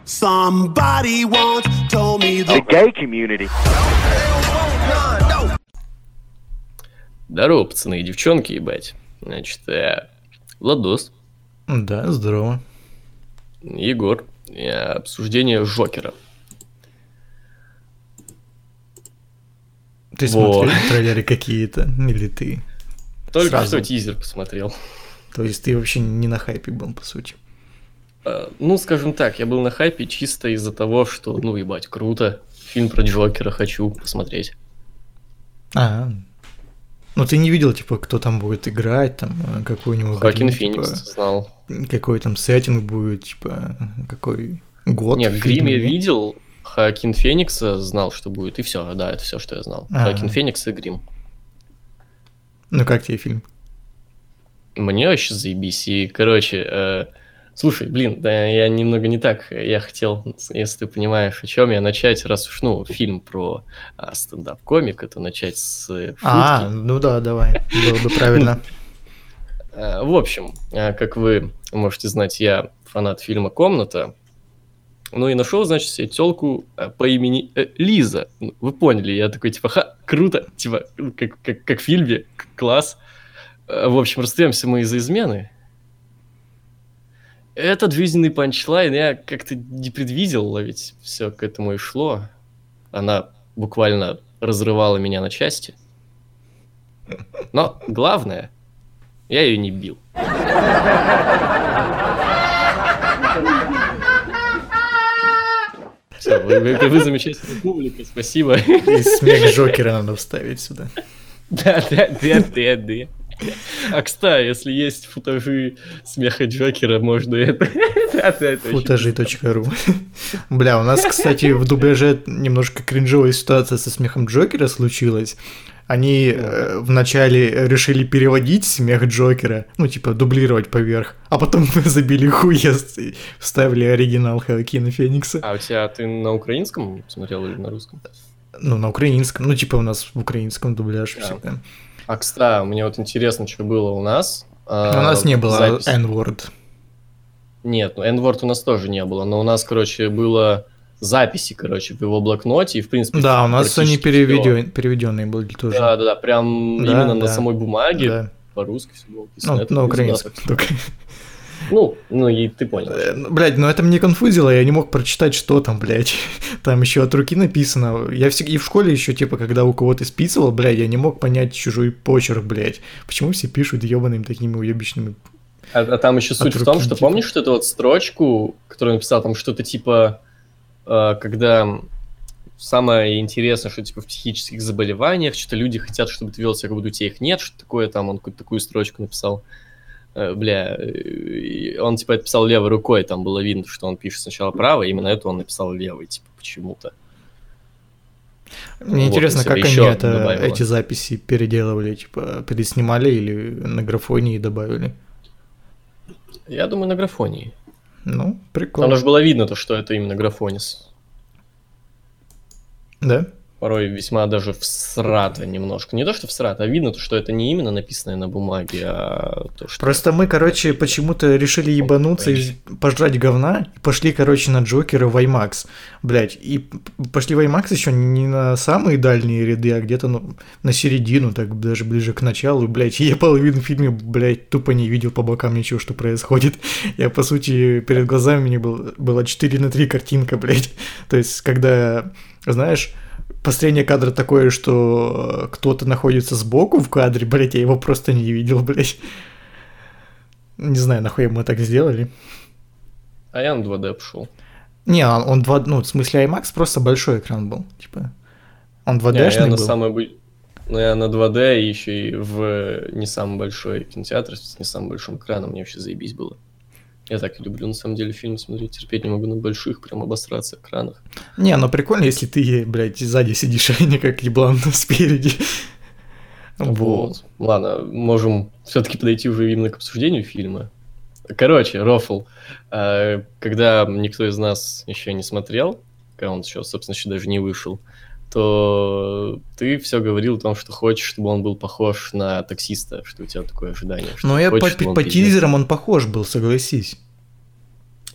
Somebody once told me the gay community. Здорово, пацаны и девчонки, ебать. Значит, Владос. Да, здорово. Егор. И обсуждение Джокера. Ты смотрел трейлеры какие-то? Или ты Только сразу... что тизер посмотрел. То есть ты вообще не на хайпе был, по сути? Ну, скажем так, я был на хайпе чисто из-за того, что, ну, ебать, круто. Фильм про Джокера хочу посмотреть. Ну, ты не видел, типа, кто там будет играть, там, какой у него... Хоакин Феникс знал. Какой там сеттинг будет, типа, какой год. Нет, грим я видел, Хоакин Феникса знал, что будет, и все, да, это все, что я знал. Хоакин Феникс и грим. Ну, как тебе фильм? Мне вообще заебись, и, короче... Слушай, блин, да я немного не так. Я хотел, если ты понимаешь, о чем я, начать, раз уж, ну, фильм про стендап-комика, то начать с шутки. Ну да, давай, было бы правильно. В общем, как вы можете знать, я фанат фильма «Комната». Ну и нашел, значит, себе тёлку по имени Лиза. Вы поняли, я такой, типа, круто, типа, как в фильме, класс. В общем, расстаемся мы из-за измены. Этот жизненный панчлайн я как-то не предвидел, а ведь все к этому и шло. Она буквально разрывала меня на части. Но главное, я ее не бил. Все, вы замечательная публика, спасибо. И смех Джокера надо вставить сюда. Да. А, кстати, если есть футажи смеха Джокера, можно это... Футажи.ру. Бля, у нас, кстати, в дубляже немножко кринжовая ситуация со смехом Джокера случилась. Они вначале решили переводить смех Джокера, ну, типа, дублировать поверх, а потом забили хуест и вставили оригинал Хоакина Феникса. А у тебя ты на украинском смотрел или на русском? Ну, на украинском. Ну, типа, у нас в украинском дубляж всегда. А, кстати, мне вот интересно, что было у нас. У нас не было N-word. Нет, ну N-word у нас тоже не было, но у нас, короче, было записи, короче, в его блокноте, и, в принципе... Да, у нас они переведенные были тоже. Да, прям именно на самой бумаге, по-русски все было написано. Ну, на украинском только. Ну, и ты понял. Блядь, ну это мне конфузило, я не мог прочитать, что там, блядь. Там еще от руки написано. Я и в школе еще, типа, когда у кого-то списывал, блядь, я не мог понять чужой почерк, блядь. Почему все пишут ебаными такими уебищными... А там еще суть в том, что типа... помнишь, что эту вот строчку, которую написал, там что-то типа, когда самое интересное, что типа в психических заболеваниях, что-то люди хотят, чтобы ты вел себя, как будто у тебя их нет, что такое там, он какую-то такую строчку написал. Бля, он типа это писал левой рукой, там было видно, что он пишет сначала правой, именно это он написал левой, типа, почему-то. Мне интересно, как они эти записи переделывали, типа, переснимали или на графонии добавили? Я думаю, на графонии. Ну, прикольно. Там же было видно то, что это именно графонис. Да? Порой весьма даже всрато немножко. Не то, что всрато, а видно то, что это не именно написанное на бумаге, а то, что... Просто мы, короче, почему-то решили ебануться и пожрать говна, и пошли, короче, на Джокера в IMAX, блядь, и пошли в IMAX еще не на самые дальние ряды, а где-то на середину, так даже ближе к началу, блядь, и я половину фильма, блядь, тупо не видел по бокам ничего, что происходит. Я, по сути, перед глазами у меня была 4:3 картинка, блядь, то есть, когда, знаешь... Построение кадра такое, что кто-то находится сбоку в кадре, блядь, я его просто не видел, блядь. Не знаю, нахуй мы так сделали. А я на 2D пошел. Не, он 2D, ну, в смысле IMAX просто большой экран был, типа. Он 2D-шный был. Ну, я на 2D и еще и в не самый большой кинотеатр, с не самым большим экраном, мне вообще заебись было. Я так и люблю, на самом деле, фильмы смотреть, терпеть не могу на больших, прям обосраться экранах. Не, ну прикольно, если ты, блядь, сзади сидишь, а не как еблан спереди. Вот. Ладно, можем все-таки подойти уже именно к обсуждению фильма. Короче, рофл. Когда никто из нас еще не смотрел, когда он еще, собственно, еще даже не вышел, то ты все говорил о том, что хочешь, чтобы он был похож на таксиста, что у тебя такое ожидание. Но я по тизерам он похож был, согласись.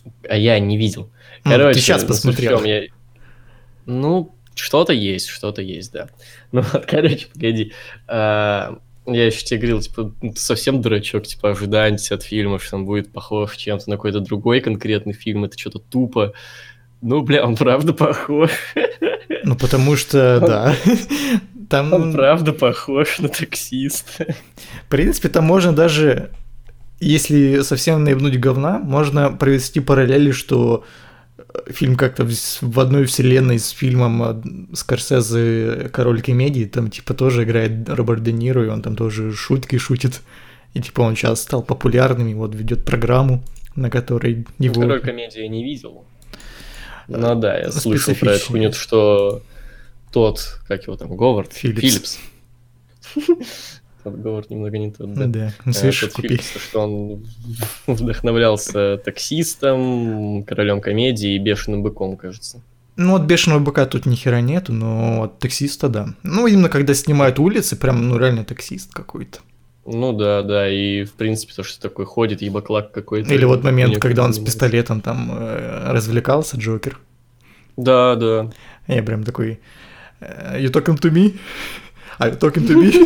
А я не видел. Ты Короче, сейчас ну, суть в посмотрел. чём, Ну, что-то есть, да. Ну, вот, короче, погоди. Я еще тебе говорил, типа, ну, ты совсем дурачок, типа, ожидания от фильма, что он будет похож чем-то на какой-то другой конкретный фильм, это что-то тупо. Ну, бля, он правда похож. Ну, потому что, да. Он Там, правда похож на таксиста. в принципе, там можно даже, если совсем наебнуть говна, можно провести параллели, что фильм как-то в одной вселенной с фильмом Скорсезе «Король комедии», там типа тоже играет Роберт Де Ниро, и он там тоже шутки шутит. И типа он сейчас стал популярным, и вот ведет программу, на которой его... Король комедии я не видел. Ну да, я слышал про эту хуйню, что тот, как его там, Говард? Филлипс. Тот Говард немного не тот, да? Да, ну слышишь, Тот купи. Филлипс, что он вдохновлялся таксистом, королем комедии и бешеным быком, кажется. Ну, от «Бешеного быка» тут ни хера нету, но от «Таксиста» да. Ну, именно когда снимают улицы, прям, ну, реально таксист какой-то. Ну да, и в принципе то, что такой ходит, ебаклак какой-то. Или вот момент, мне когда он с не пистолетом там развлекался, Джокер. нравится. Да. Я прям такой, you talking to me? Are you talking to me?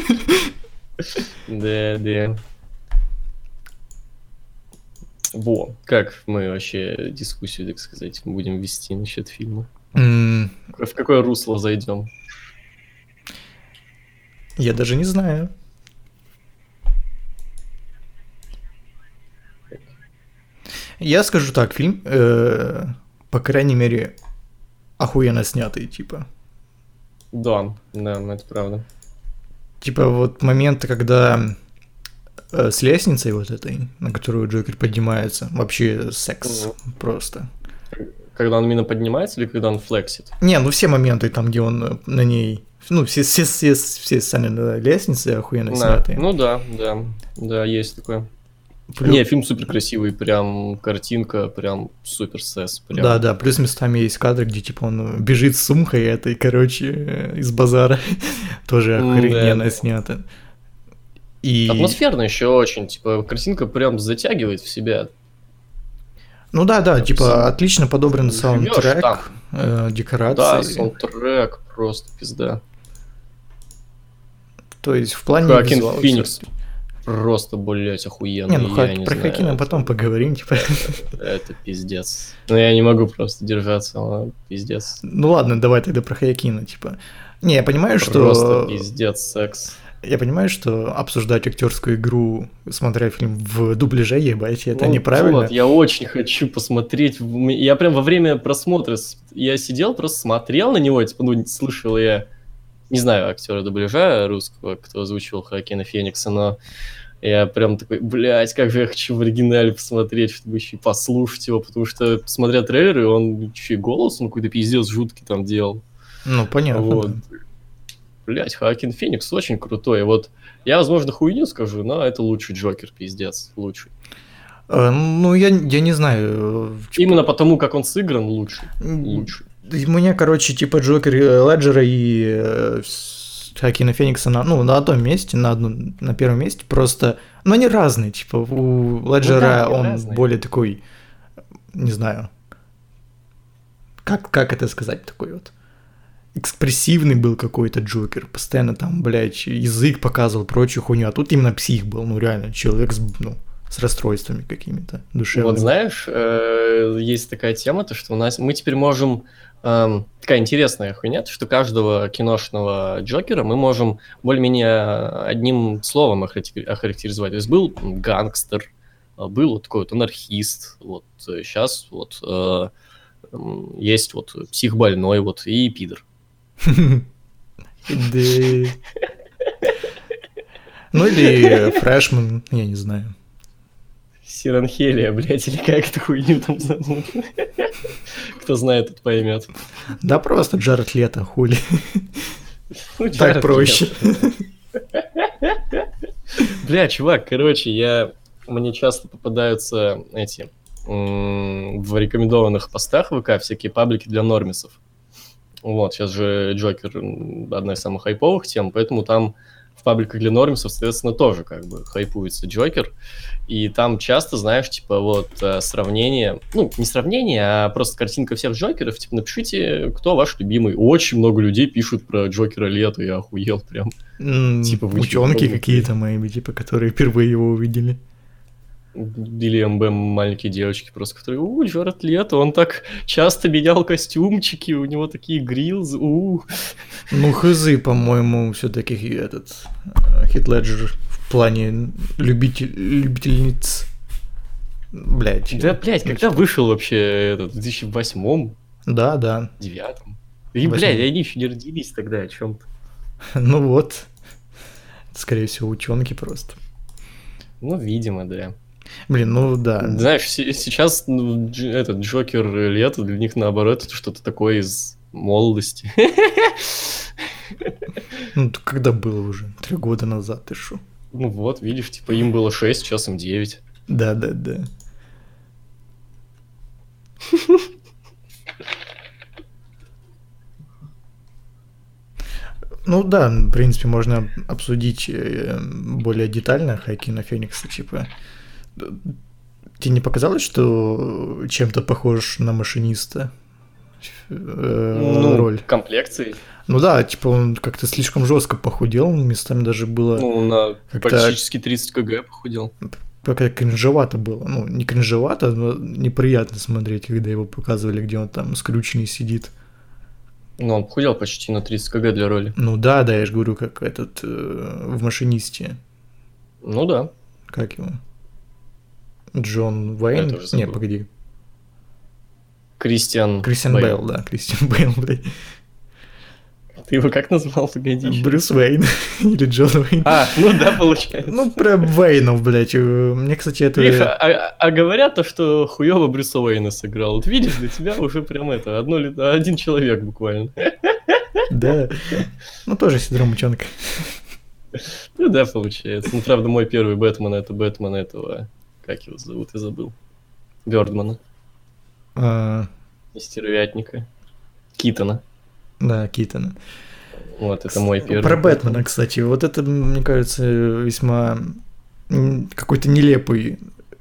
Да. Во, как мы вообще дискуссию, так сказать, будем вести насчет фильма? В какое русло зайдем? Я даже не знаю. Я скажу так, фильм, по крайней мере, охуенно снятый, типа. Да, это правда. Типа вот моменты, когда с лестницей вот этой, на которую Джокер поднимается, вообще секс просто. Когда он именно поднимается или когда он флексит? Не, ну все моменты там, где он на ней... Ну, все сцены на лестнице охуенно снятые. Ну да, есть такое. Не, фильм супер красивый, прям картинка, прям супер сесс. Прям... Да, плюс местами есть кадры, где типа он бежит с сумкой этой, короче, из базара. Тоже охрененно снято. И... Атмосферно еще очень, типа, картинка прям затягивает в себя. Ну да, типа отлично подобран саундтрек, декорации. Да, саундтрек просто пизда. То есть в плане Хоакин визуала Феникс просто, блять, охуенно. Не, ну про Хоакина потом поговорим, типа. Это пиздец. Ну я не могу просто держаться, но пиздец. Ну ладно, давай тогда про Хоакина, типа. Не, я понимаю, что... Просто пиздец секс. Я понимаю, что обсуждать актерскую игру, смотря фильм в дубляже, ебать, это неправильно. Вот, я очень хочу посмотреть. Я прям во время просмотра, я сидел, просто смотрел на него, типа, ну, слышал я, не знаю, актера дубляжа русского, кто озвучивал Хоакина Феникса, но я прям такой, блядь, как же я хочу в оригинале посмотреть, чтобы еще и послушать его, потому что, смотря трейлеры, он еще и голос, он какой-то пиздец жуткий там делал. Ну, понятно. Вот. Да. Блять, Хоакин Феникс очень крутой. Вот я, возможно, хуйню скажу, но это лучший Джокер, пиздец, лучший. Ну, я не знаю. Именно потому, как он сыгран, лучший. Мне, короче, типа Джокер Леджера и Хоакина Феникса на одном месте, на первом месте, просто... Но они разные, типа, у Леджера он разные. Более такой, не знаю, как это сказать, такой вот... экспрессивный был какой-то Джокер, постоянно там, блядь, язык показывал, прочую хуйню, а тут именно псих был, ну реально, человек с расстройствами какими-то душевными. Вот знаешь, есть такая тема, то что мы теперь можем, такая интересная хуйня, что каждого киношного Джокера мы можем более-менее одним словом охарактеризовать. То есть был гангстер, был вот такой вот анархист, вот сейчас вот есть вот психбольной вот и пидор. Ну или фрешмен, я не знаю. Сиранхелия, блядь, или как эту хуйню там зовут. Кто знает, тот поймет. Да просто Джаред Лето, хули. Так проще. Бля, чувак, короче, мне часто попадаются эти в рекомендованных постах ВК всякие паблики для нормисов. Вот, сейчас же Джокер одна из самых хайповых тем, поэтому там в пабликах для нормисов, соответственно, тоже как бы хайпуется Джокер. И там часто, знаешь, типа вот сравнение, ну, не сравнение, а просто картинка всех Джокеров, типа напишите, кто ваш любимый. Очень много людей пишут про Джокера Лето, я охуел прям. Типа учёнки какие-то мои, типа, которые впервые его увидели. Или МБ маленькие девочки просто, которые, Джаред Лето, он так часто менял костюмчики, у него такие грилзы, Ну, хз, по-моему, все-таки этот Хит Леджер в плане любительниц. Блять. Да, блять, когда вышел вообще этот, в 2008-м? Да. 2009-м? И, блядь, они еще не родились тогда о чем-то. Ну вот. Скорее всего, учёнки просто. Ну, видимо, да. Блин, ну да. Знаешь, сейчас этот Джокер Лето для них наоборот это что-то такое из молодости. Ну, когда было уже? 3 года назад, ты шо? Ну вот, видишь, типа им было 6, сейчас им 9. Да. Ну да, в принципе, можно обсудить более детально Хоакина Феникса, типа. Тебе не показалось, что чем-то похож на машиниста? Роль. Комплекции. Ну да, типа он как-то слишком жестко похудел, местами даже было... Ну, на практически 30 кг похудел. Как-то кринжевато было. Ну, не кринжевато, но неприятно смотреть, когда его показывали, где он там скрюченный сидит. Ну, он похудел почти на 30 кг для роли. Ну да, я же говорю, как этот в «Машинисте». Ну да. Как его? Джон Уэйн? Не, погоди. Кристиан Бейл, да, Кристиан Бейл, блядь. Ты его как назвал, погоди? Брюс Уэйн или Джон Уэйн. Ну да, получается. Ну, прям Уэйнов, блядь. Мне, кстати, это... Видишь, говорят то, что хуёво Брюса Уэйна сыграл. Вот видишь, для тебя уже прям это, один человек буквально. Да. Ну, тоже синдром учёнка. Ну да, получается. Ну, правда, мой первый Бэтмен это Бэтмен этого... Как его зовут, я забыл. Бёрдмана. Стервятника. Китона. Да, Китона. Вот, это мой первый. Про Бэтмена, кстати. Вот это, мне кажется, весьма какой-то нелепый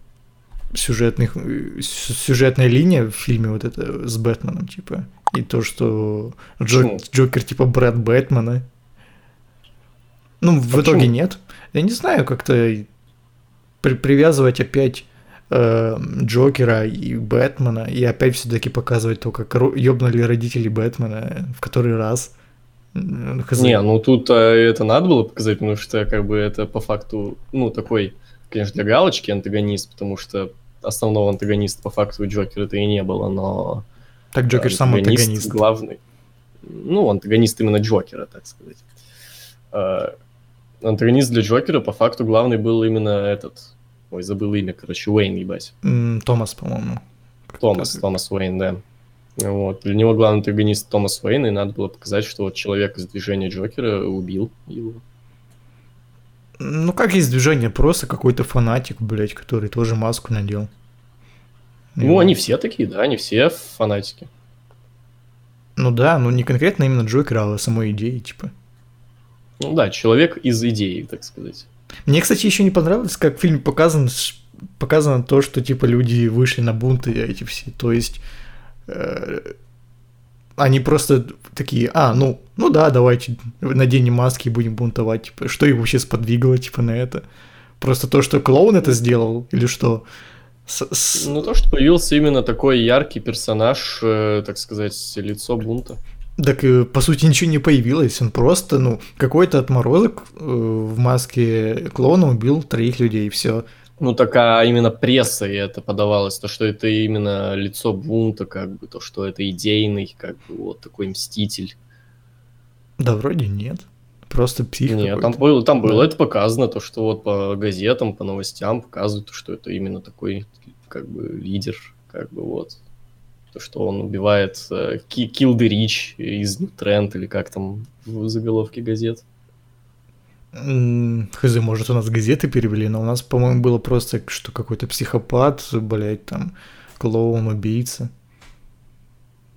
сюжетная линия в фильме вот это с Бэтменом, типа. И то, что Джокер, типа, брат Бэтмена. Ну, в итоге нет. Я не знаю, как-то привязывать опять Джокера и Бэтмена, и опять все-таки показывать то, как ёбнули родители Бэтмена в который раз. Не, ну тут это надо было показать, потому что как бы это по факту, ну, такой, конечно, для галочки антагонист, потому что основного антагониста по факту у Джокера-то и не было, но... Так Джокер сам антагонист. Главный. Ну, антагонист именно Джокера, так сказать. Антагонист для Джокера по факту главный был именно этот... Ой, забыл имя, короче, Уэйн, ебать. Томас, по-моему. Томас Уэйн, да. Вот. Для него главный антагонист Томас Уэйн, и надо было показать, что вот человек из движения Джокера убил его. Ну, как из движения? Просто какой-то фанатик, блядь, который тоже маску надел. Ну, они все такие, да, они все фанатики. Ну да, ну не конкретно именно Джокера, а самой идеи, типа. Ну да, человек из идеи, так сказать. Мне, кстати, еще не понравилось, как в фильме показано то, что, типа, люди вышли на бунты эти все. То есть, они просто такие, ну да, давайте наденем маски и будем бунтовать. Типа, что их вообще сподвигло, типа, на это? Просто то, что клоун это сделал, или что? Ну, то, что появился именно такой яркий персонаж, так сказать, лицо бунта. Так, по сути, ничего не появилось. Он просто, какой-то отморозок в маске клоуна убил 3 людей, и все. Ну, так, а именно прессой это подавалось, то, что это именно лицо бунта, как бы, то, что это идейный, как бы, вот такой мститель. Да, вроде нет. Просто псих. Нет, там было это показано, то, что вот по газетам, по новостям показывают, что это именно такой, как бы, лидер, как бы, вот. То, что он убивает Kill the Rich из New Trend, или как там в заголовке газет. Хз, может, у нас газеты перевели, но у нас, по-моему, было просто, что какой-то психопат, блядь, там, клоун, убийца.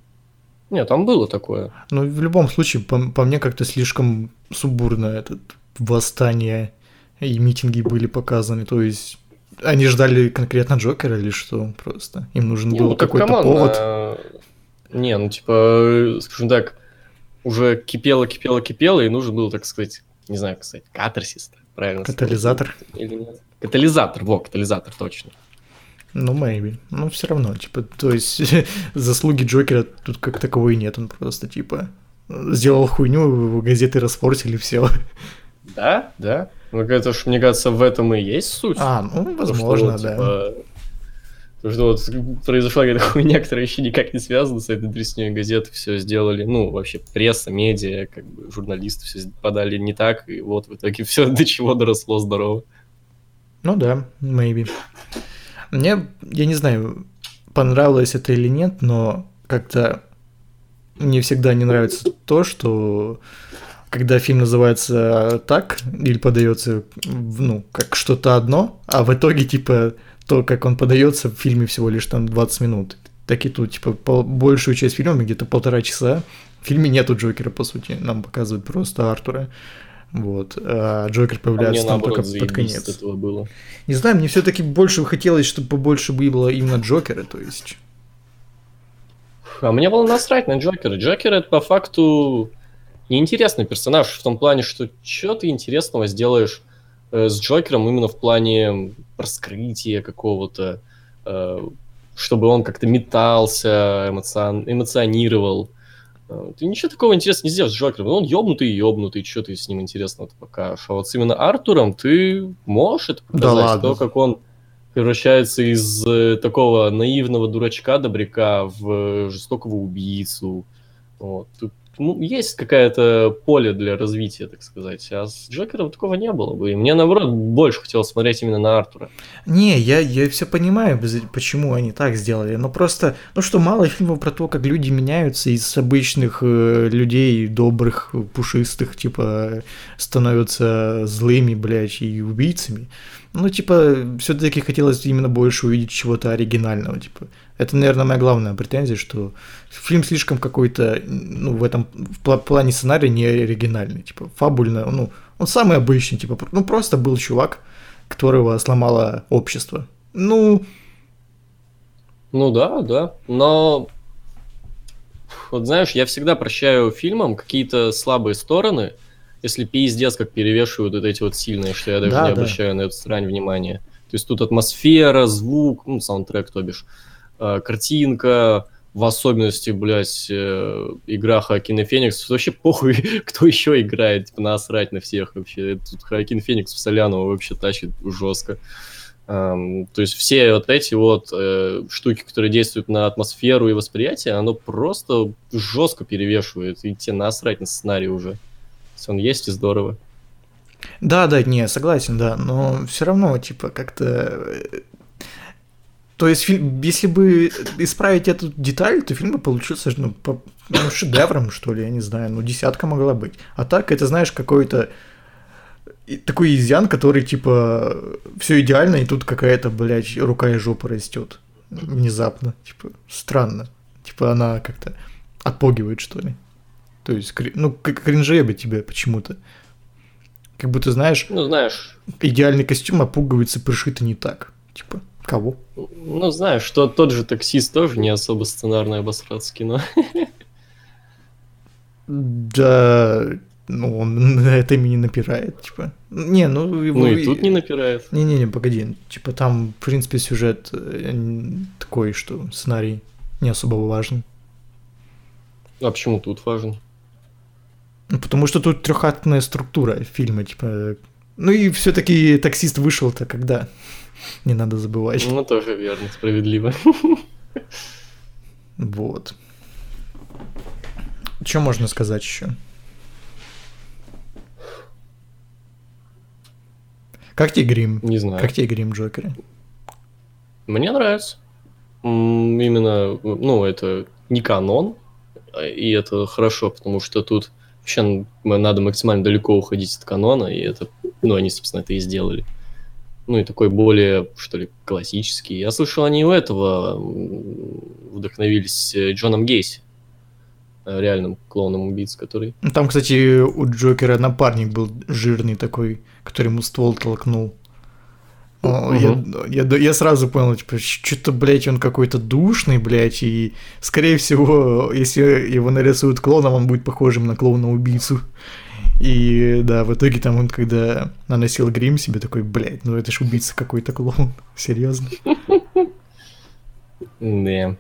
Нет, там было такое. Ну, в любом случае, по мне как-то слишком сумбурно восстания и митинги были показаны, то есть они ждали конкретно Джокера или что просто? Им нужен Не, был ну так какой-то камон, повод? Не, ну типа, скажем так, уже кипело, и нужен был, так сказать, не знаю, как сказать, катарсис, правильно Катализатор? сказать, или нет? Катализатор, точно. Ну, maybe. Ну, все равно, типа, то есть заслуги Джокера тут как таковой нет, он просто, типа, сделал хуйню, газеты распортили, все. Да. Ну, это ж, мне кажется, в этом и есть суть. Ну, возможно, вот, да. Типа, то, что вот произошла какая-то хуйня, которая еще никак не связана с этой дресней, газеты все сделали, ну, вообще пресса, медиа, как бы журналисты все подали не так, и вот в итоге все до чего доросло здорово. Ну да, maybe. Мне, я не знаю, понравилось это или нет, но как-то мне всегда не нравится то, что когда фильм называется так или подается, ну, как что-то одно, а в итоге, типа, то, как он подается в фильме всего лишь там 20 минут. Так и тут, типа, большую часть фильма, где-то 1,5 часа, в фильме нету Джокера, по сути, нам показывают просто Артура. Вот. А Джокер появляется мне, там наоборот, только под конец. от этого было. Не знаю, мне все-таки больше хотелось, чтобы побольше было именно Джокера, то есть. А мне было насрать на Джокера. Джокер это по факту неинтересный персонаж в том плане, что ты интересного сделаешь с Джокером именно в плане раскрытия какого-то, чтобы он как-то метался, эмоционировал. Ты ничего такого интересного не сделаешь с Джокером. Он ёбнутый, что ты с ним интересного-то покажешь. А вот с именно Артуром ты можешь это показать. Да ладно. То, как он превращается из такого наивного дурачка-добряка в жестокого убийцу. Вот. Тут есть какое-то поле для развития, так сказать. А с Джокером такого не было бы. И мне, наоборот, больше хотелось смотреть именно на Артура. Не, я все понимаю, почему они так сделали. Но просто, ну что, мало фильмов про то, как люди меняются из обычных людей, добрых, пушистых, типа, становятся злыми, блядь, и убийцами. Ну, типа, все-таки хотелось именно больше увидеть чего-то оригинального, типа. Это, наверное, моя главная претензия, что фильм слишком какой-то, ну, в этом в плане сценария не оригинальный, типа, фабульно, ну, он самый обычный, типа, ну, просто был чувак, которого сломало общество. Ну да. Но, вот знаешь, я всегда прощаю фильмам какие-то слабые стороны, если пиздец как перевешивают вот эти вот сильные, что я даже не обращаю на эту срань внимания. То есть тут атмосфера, звук, ну, саундтрек, то бишь, картинка, в особенности, блядь, игра Хоакина Феникса. Вообще похуй, кто еще играет, типа, насрать на всех вообще. Тут Хоакин Феникс в Солянова вообще тащит жестко. То есть все вот эти вот штуки, которые действуют на атмосферу и восприятие, оно просто жестко перевешивает, и тебе насрать на сценарий уже. Если он есть, и здорово. Да, не, согласен, да, но все равно, типа, как-то... То есть, если бы исправить эту деталь, то фильм бы получился, ну, шедевром, что ли, я не знаю, ну, 10 могла быть. А так, это, знаешь, какой-то такой изъян, который, типа, все идеально, и тут какая-то, блядь, рука и жопа растет внезапно, типа, странно. Типа, она как-то отпугивает, что ли. То есть, ну, кринжеет тебе почему-то. Как будто, знаешь, идеальный костюм опугивается пришито не так. Типа, кого? Ну, знаешь, что тот же таксист тоже не особо сценарное обосраться кино. Да, ну, он на это имя не напирает, типа. Не, ну... Его... Ну, и тут не напирает. Не-не-не, погоди. Типа, там, в принципе, сюжет такой, что сценарий не особо важен. А почему тут важен? Ну, потому что тут трехактная структура фильма, типа... Ну и все-таки таксист вышел-то когда? Не надо забывать. Ну, тоже верно, справедливо. Вот. Что можно сказать еще? Как тебе грим? Не знаю. Как тебе грим Джокера? Мне нравится. Именно, ну, это не канон, и это хорошо, потому что тут вообще надо максимально далеко уходить от канона, и это, ну, они, собственно, это и сделали. Ну, и такой более, что ли, классический. Я слышал, они у этого вдохновились Джоном Гейси. реальным клоуном-убийц, который... Ну, там, кстати, у Джокера напарник был жирный такой, который ему ствол толкнул. Я сразу понял, типа, что-то, блядь, он какой-то душный, блядь, и, скорее всего, если его нарисуют клоном, он будет похожим на клоуна-убийцу. И, да, в итоге там он, когда наносил грим себе, такой, блядь, ну это ж убийца какой-то клоун, серьезно. Да.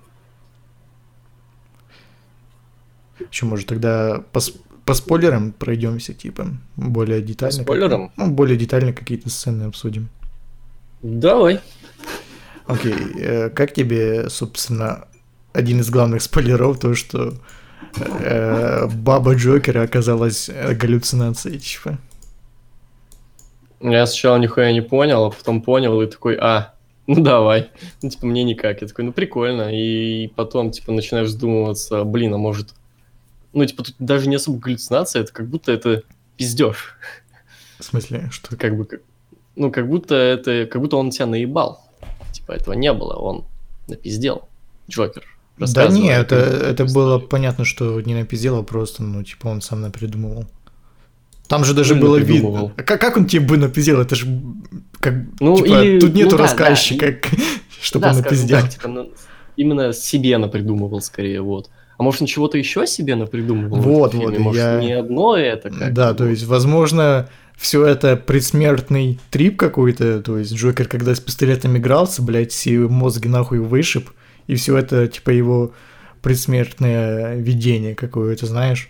Что, может, тогда по спойлерам пройдемся, типа, более детально? По спойлерам? Ну, более детально какие-то сцены обсудим. Давай. Окей, как тебе, собственно, один из главных спойлеров, то, что баба Джокера оказалась галлюцинацией, типа? Я сначала нихуя не понял, а потом понял и такой, ну давай. Ну, типа, мне никак. Я такой, ну прикольно. И потом, типа, начинаешь задумываться, блин, а может... Ну, типа, тут даже не особо галлюцинация, это как будто это пиздёж. В смысле, что? Как бы, как будто он тебя наебал. Типа, этого не было, он напиздел. Джокер. Да нет, это было понятно, что не напиздел, а просто, ну, типа, он сам напридумывал. Там же даже было видно. Как он тебе бы напиздел? Это же как, ну, типа, или, тут нету ну, рассказчика, чтобы он напиздел. Так, типа, именно себе напридумывал скорее, вот. А может, он чего-то еще себе напридумывал? Вот, может, не одно это как? Да, то есть, возможно, все это предсмертный трип какой-то, то есть Джокер, когда с пистолетом игрался, блядь, все мозги нахуй вышиб, и все это, типа, его предсмертное видение какое-то, знаешь?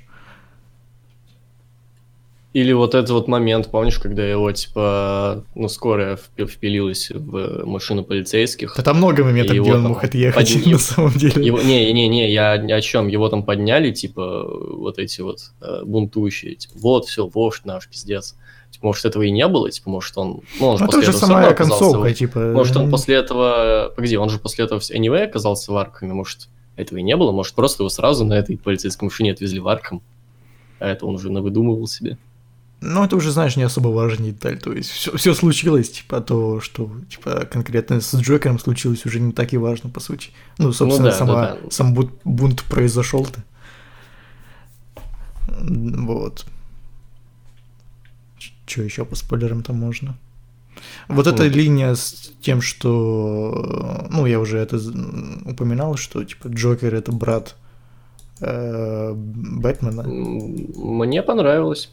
Или вот этот вот момент, помнишь, когда его, типа, ну, скорая впилилась в машину полицейских? Да там много моментов, где он мог отъехать, на самом деле. Не, я о чем? Его там подняли, типа, вот эти вот бунтующие, типа, вот, все, вождь наш, пиздец. Типа, может, этого и не было, типа, может, он... Ну, он же после этого самая концовка, типа... Может, он после этого... Погоди, он же после этого anyway оказался в Аркхаме, может, этого и не было, может, просто его сразу на этой полицейской машине отвезли в Аркхам, а это он уже навыдумывал себе. Ну, это уже, знаешь, не особо важная деталь. То есть все случилось, типа, то, что типа конкретно с Джокером случилось, уже не так и важно, по сути. Ну, собственно, сам бунт произошел-то. Вот. Что еще по спойлерам-то можно? Вот эта линия с тем, что... Ну, я уже это упоминал, что, типа, Джокер — это брат Бэтмена. Мне понравилось.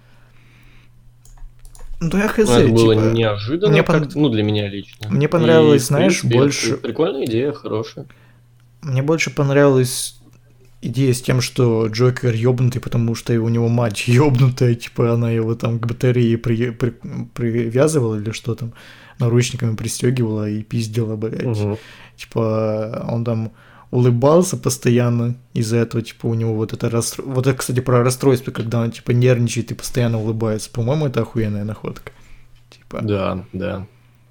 Ну, я хз, это было типа, неожиданно, ну, для меня лично. Мне понравилось, и, знаешь, принципе, больше... Прикольная идея, хорошая. Мне больше понравилась идея с тем, что Джокер ёбнутый, потому что у него мать ёбнутая, типа, она его там к батарее привязывала или что там, наручниками пристегивала и пиздила, блядь. Угу. Типа, он там улыбался постоянно из-за этого, типа, у него вот это расстройство. Вот это, кстати, про расстройство, когда он, типа, нервничает и постоянно улыбается. По-моему, это охуенная находка. Типа... Да.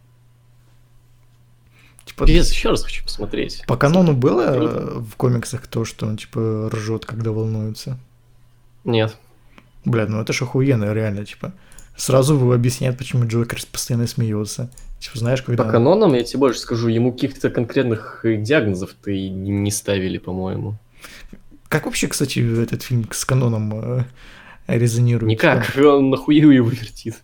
Типа... Я еще раз хочу посмотреть. По канону было в комиксах то, что он, типа, ржет, когда волнуется? Нет. Бля, ну это ж охуенно, реально, типа. Сразу объясняет, почему Джокер постоянно смеется. Типа, знаешь, когда... По канонам, я тебе больше скажу, ему каких-то конкретных диагнозов-то и не ставили, по-моему. Как вообще, кстати, этот фильм с каноном резонирует? Никак, он нахуя его вертит.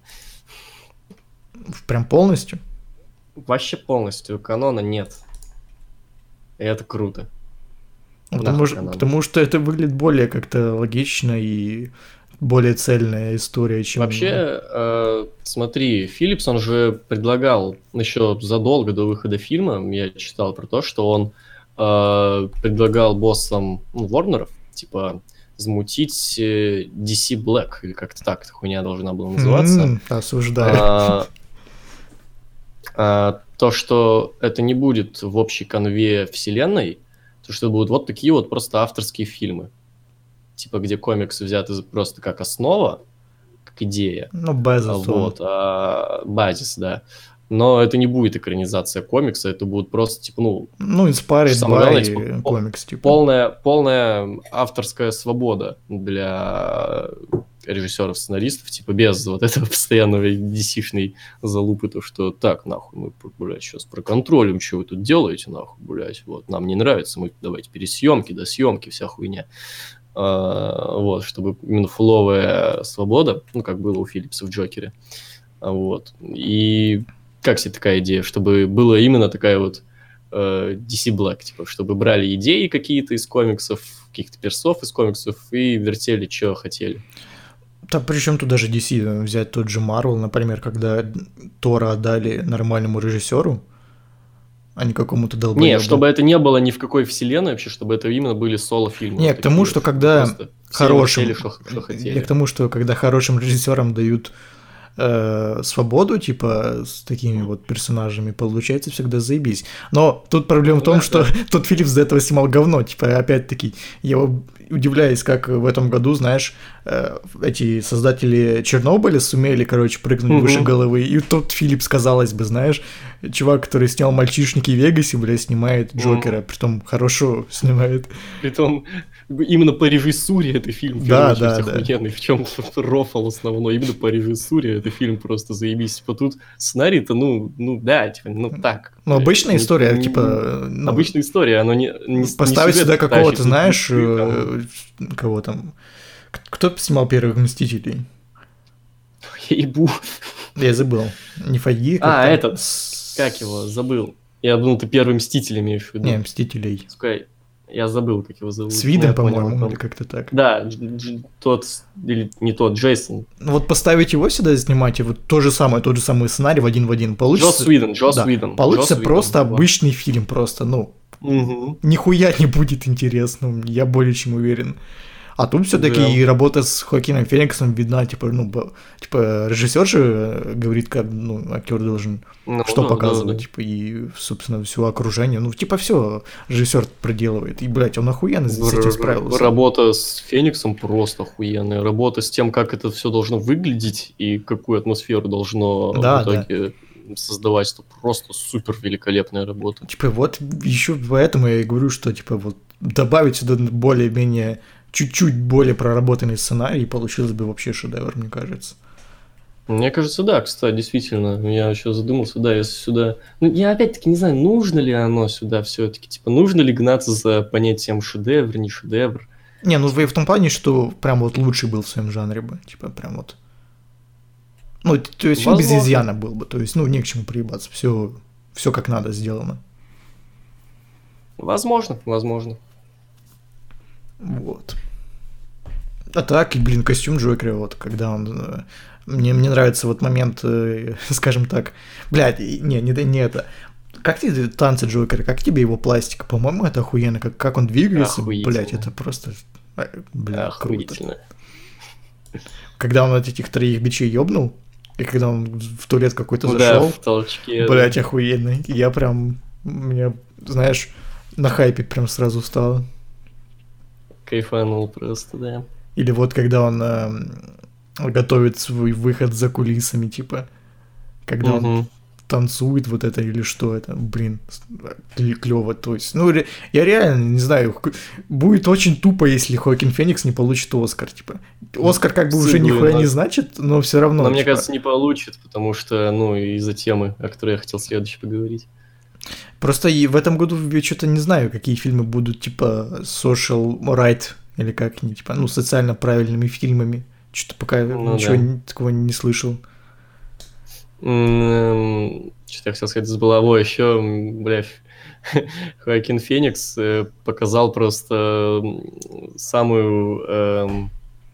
Прям полностью? Вообще полностью, канона нет. И это круто. Потому что это выглядит более как-то логично и более цельная история, чем... Вообще, смотри, Филлипс, он же предлагал еще задолго до выхода фильма, я читал про то, что он предлагал боссам Ворнеров, типа, замутить DC Black, или как-то так эта хуйня должна была называться. Осуждаю. То, что это не будет в общей конве вселенной, то, что будут вот такие вот просто авторские фильмы. Типа, где комиксы взяты просто как основа, как идея. Ну, базис. Вот, базис, да. Но это не будет экранизация комикса, это будет просто, типа, inspired by комикс, типа. Полная авторская свобода для режиссеров-сценаристов, типа, без вот этого постоянного DC-шной залупы, то, что так, нахуй, мы, блядь, сейчас проконтролим, что вы тут делаете, нахуй, блядь, вот, нам не нравится, мы давайте пересъемки, досъемки, вся хуйня. вот, чтобы именно фуловая свобода, ну, как было у Филлипса в Джокере, вот. И как себе такая идея, чтобы была именно такая вот DC Black, типа, чтобы брали идеи какие-то из комиксов, каких-то персов из комиксов и вертели, что хотели. Да, причем тут даже DC взять тот же Marvel, например, когда Тора отдали нормальному режиссеру, а не какому-то долбоебу. Не, чтобы это не было ни в какой вселенной вообще, чтобы это именно были соло-фильмы. Не, вот к тому, что когда хорошим... хотели. Я к тому, что когда хорошим режиссерам дают свободу, типа, с такими вот персонажами, получается всегда заебись. Но тут проблема в том, что тот Филлипс до этого снимал говно. Типа, опять-таки, я удивляюсь, как в этом году, знаешь, эти создатели Чернобыля сумели, короче, прыгнуть выше головы. И тот Филлипс, казалось бы, знаешь, чувак, который снял «Мальчишники в Вегасе», бля, снимает Джокера, притом хорошо снимает. Притом именно по режиссуре это фильм, да, охуенный. В чем рофл основной? Именно по режиссуре это фильм просто заебись. Типа тут сценарий-то, да, типа, так. Ну, обычная история, типа... обычная история, оно не поставить сюда какого-то, знаешь, кого там... Кто снимал первых «Мстителей»? Ебу. Я забыл. Не Файги? Этот. Как его? Забыл. Я думал, ты первый «Мститель» имеешь в виду. Не, «Мстителей». Я забыл, как его зовут. С видом, по-моему, или как-то так. Да, тот, или не тот, Джейсон. Ну вот поставить его сюда снимать, и вот тот же самый сценарий в один. Получится... Джос Уидон. Получится просто обычный фильм, просто, нихуя не будет интересным, я более чем уверен. А тут все-таки и работа с Хоакином Фениксом видна, типа, режиссер же говорит, как, актер должен показывать, типа, и, собственно, все окружение, все режиссер проделывает, и, блядь, он охуенно с этим справился. Работа с Фениксом просто охуенная, работа с тем, как это все должно выглядеть и какую атмосферу должно в итоге создавать, это просто супер великолепная работа. Типа, вот еще поэтому я и говорю, что, типа, вот добавить сюда более-менее чуть-чуть более проработанный сценарий, получилось бы вообще шедевр, мне кажется. Мне кажется, да, кстати, действительно. Я еще задумался, да, если сюда... я опять-таки не знаю, нужно ли оно сюда все-таки. Типа, нужно ли гнаться за понятием шедевр, не шедевр? Не, в том плане, что прям вот лучший был в своем жанре бы. Типа, прям вот... то есть фильм без изъяна был бы. То есть, не к чему приебаться. Все как надо сделано. Возможно. Вот. А так, и, костюм Джокера, вот, когда он... Мне нравится вот момент, скажем так... Блядь, не это... Как тебе танцы Джокера, как тебе его пластика? По-моему, это охуенно, как он двигается. Блядь, это просто... Охуительно. Круто. Когда он от этих троих бичей ёбнул, и когда он в туалет какой-то зашел, в толчке. Блядь, охуенно. Я прям... Меня, знаешь, на хайпе прям сразу стало. Кайфанул просто, да. Или вот когда он готовит свой выход за кулисами, типа, когда он танцует вот это или что это, клево. То есть, я реально не знаю, будет очень тупо, если Хоакин Феникс не получит Оскар, типа. Оскар как бы уже нихуя не значит, но все равно. Но мне кажется, не получит, потому что, из-за темы, о которой я хотел следующей поговорить. Просто и в этом году я что-то не знаю, какие фильмы будут, типа, social right, или как они, типа, социально правильными фильмами. Что-то пока ничего такого не слышал. Что-то я хотел сказать, забыл. Еще, Хоакин Феникс показал просто самую...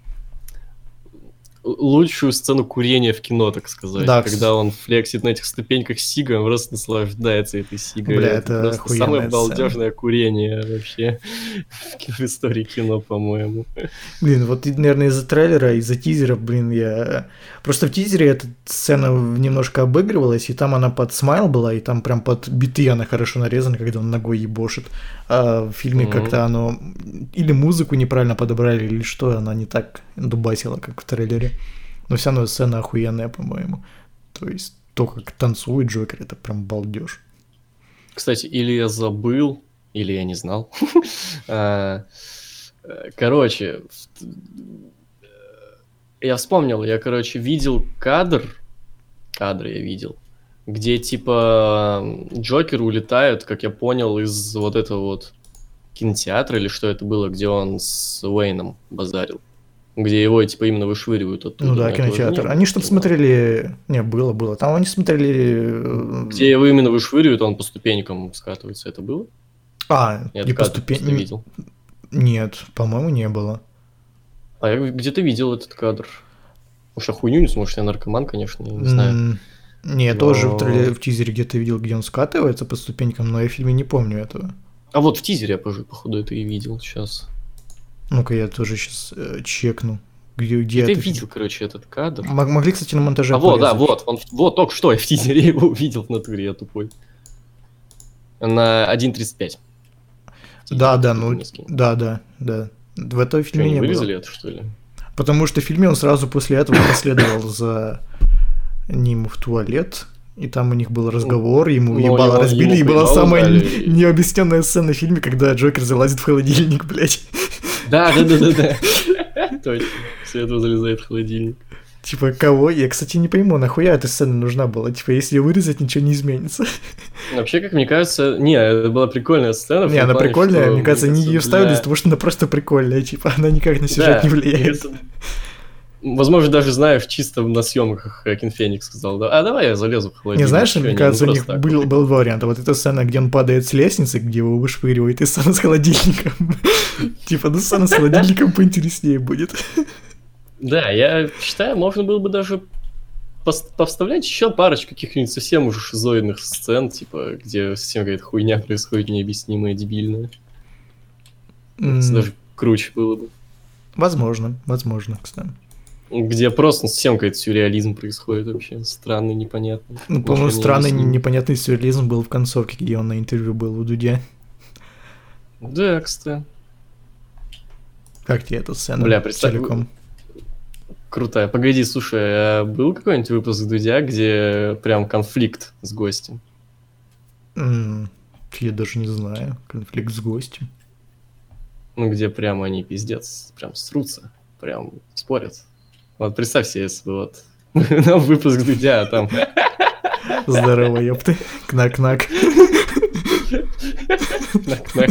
лучшую сцену курения в кино, так сказать. Да, когда он флексит на этих ступеньках сига, он просто наслаждается этой сигой. Бля, это просто самое балдежное курение вообще в истории кино, по-моему. Вот, наверное, из-за трейлера, из-за тизера, я... Просто в тизере эта сцена немножко обыгрывалась, и там она под смайл была, и там прям под биты она хорошо нарезана, когда он ногой ебошит. А в фильме как-то оно... Или музыку неправильно подобрали, или что, она не так дубасила, как в трейлере. Но вся равно сцена охуенная, по-моему. То есть то, как танцует Джокер, это прям балдеж. Кстати, или я забыл, или я не знал. Короче, я вспомнил, я, видел кадр я видел, где, типа, Джокер улетает, как я понял, из вот этого вот кинотеатр или что это было, где он с Уэйном базарил. Где его, типа, именно вышвыривают оттуда. Ну да, кинотеатр. Они что-то смотрели... Не, было. Там они смотрели... Где его именно вышвыривают, он по ступенькам скатывается. Это было? Не по ступенькам. Видел. Нет, по-моему, не было. А я где-то видел этот кадр. Уж хуйню не сможешь, я наркоман, конечно, я не знаю. Не, я тоже в тизере где-то видел, где он скатывается по ступенькам, но я в фильме не помню этого. А вот в тизере я, походу, это и видел сейчас. Ну-ка, я тоже сейчас чекну. Где ты это видел, короче, этот кадр. Могли, кстати, на монтаже вот, да, вот, только что я в тизере его увидел в натуре, я тупой. На 1.35. Да. В этом фильме не было. Вырезали это, что ли? Потому что в фильме он сразу после этого последовал за ним в туалет, и там у них был разговор, ему ебало разбили, и была самая необъясненная сцена в фильме, когда Джокер залазит в холодильник, блядь. Да. Точно. После этого залезает в холодильник. Типа, кого? Я, кстати, не пойму, нахуя эта сцена нужна была? Типа, если ее вырезать, ничего не изменится. Вообще, как мне кажется... Не, это была прикольная сцена. Не, она прикольная, мне кажется, они ее вставили из-за того, что она просто прикольная. Типа, она никак на сюжет не влияет. Возможно, даже, знаешь, чисто на съемках Хакин Феникс сказал, да, давай я залезу в холодильник. Не, знаешь, мне кажется, у них был два варианта. Вот эта сцена, где он падает с лестницы, где его вышвыривает, и сцена с холодильником. Типа, сцена с холодильником поинтереснее будет. Да, я считаю, можно было бы даже повставлять еще парочку каких-нибудь совсем уже шизоидных сцен, типа, где совсем какая-то хуйня происходит необъяснимая, дебильная. Это даже круче было бы. Возможно, кстати. Где просто совсем какой-то сюрреализм происходит вообще, странный, непонятный. Ну, по-моему, странный, непонятный сюрреализм был в концовке, где он на интервью был у Дудя. Да, кстати. Как тебе эта сцена? Бля, представь. Целиком? Крутая. Погоди, слушай, а был какой-нибудь выпуск Дудя, где прям конфликт с гостем? Я даже не знаю. Конфликт с гостем. Ну, где прям они пиздец, прям срутся, прям спорят. Вот представь себе, если бы вот на выпуск Дудя, а там... Здорово, ёпты. Кнак-кнак. Кнак-кнак.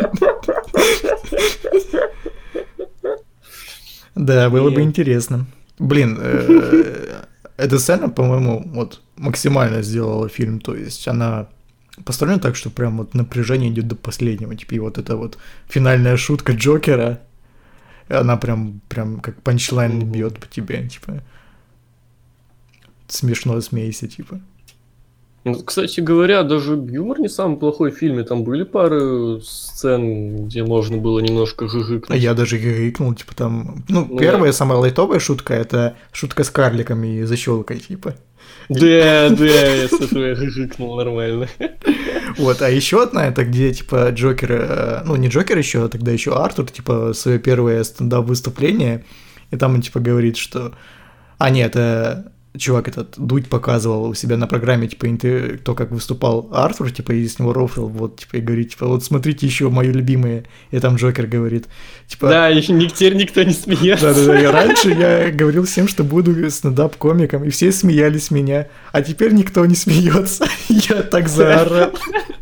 Да, было бы интересно. Блин, эта сцена, по-моему, вот максимально сделала фильм, то есть она построена так, что прям вот напряжение идет до последнего, типа, и вот эта вот финальная шутка Джокера, она прям как панчлайн бьет по тебе, типа, смешно смейся, типа. Ну, кстати говоря, даже юмор не самый плохой в фильме. Там были пары сцен, где можно было немножко гыгыкнуть. Я даже гыгыкнул, типа там... Ну, первая, самая лайтовая шутка, это шутка с карликами и защелкой, типа. Да, я с этого гыгыкнул нормально. Вот, а еще одна, это где, типа, Джокер... Ну, не Джокер еще, а тогда еще Артур, типа, свое первое стендап-выступление, и там он, типа, говорит, что... А, нет, чувак этот Дудь показывал у себя на программе, типа, то, как выступал Артур, типа, и с него рофлил, вот, типа, и говорит, типа, вот смотрите еще мое любимое, и там Джокер говорит, типа... Да, еще теперь никто не смеется. Да, раньше я говорил всем, что буду стендап-комиком, и все смеялись меня, а теперь никто не смеется, я так заорал.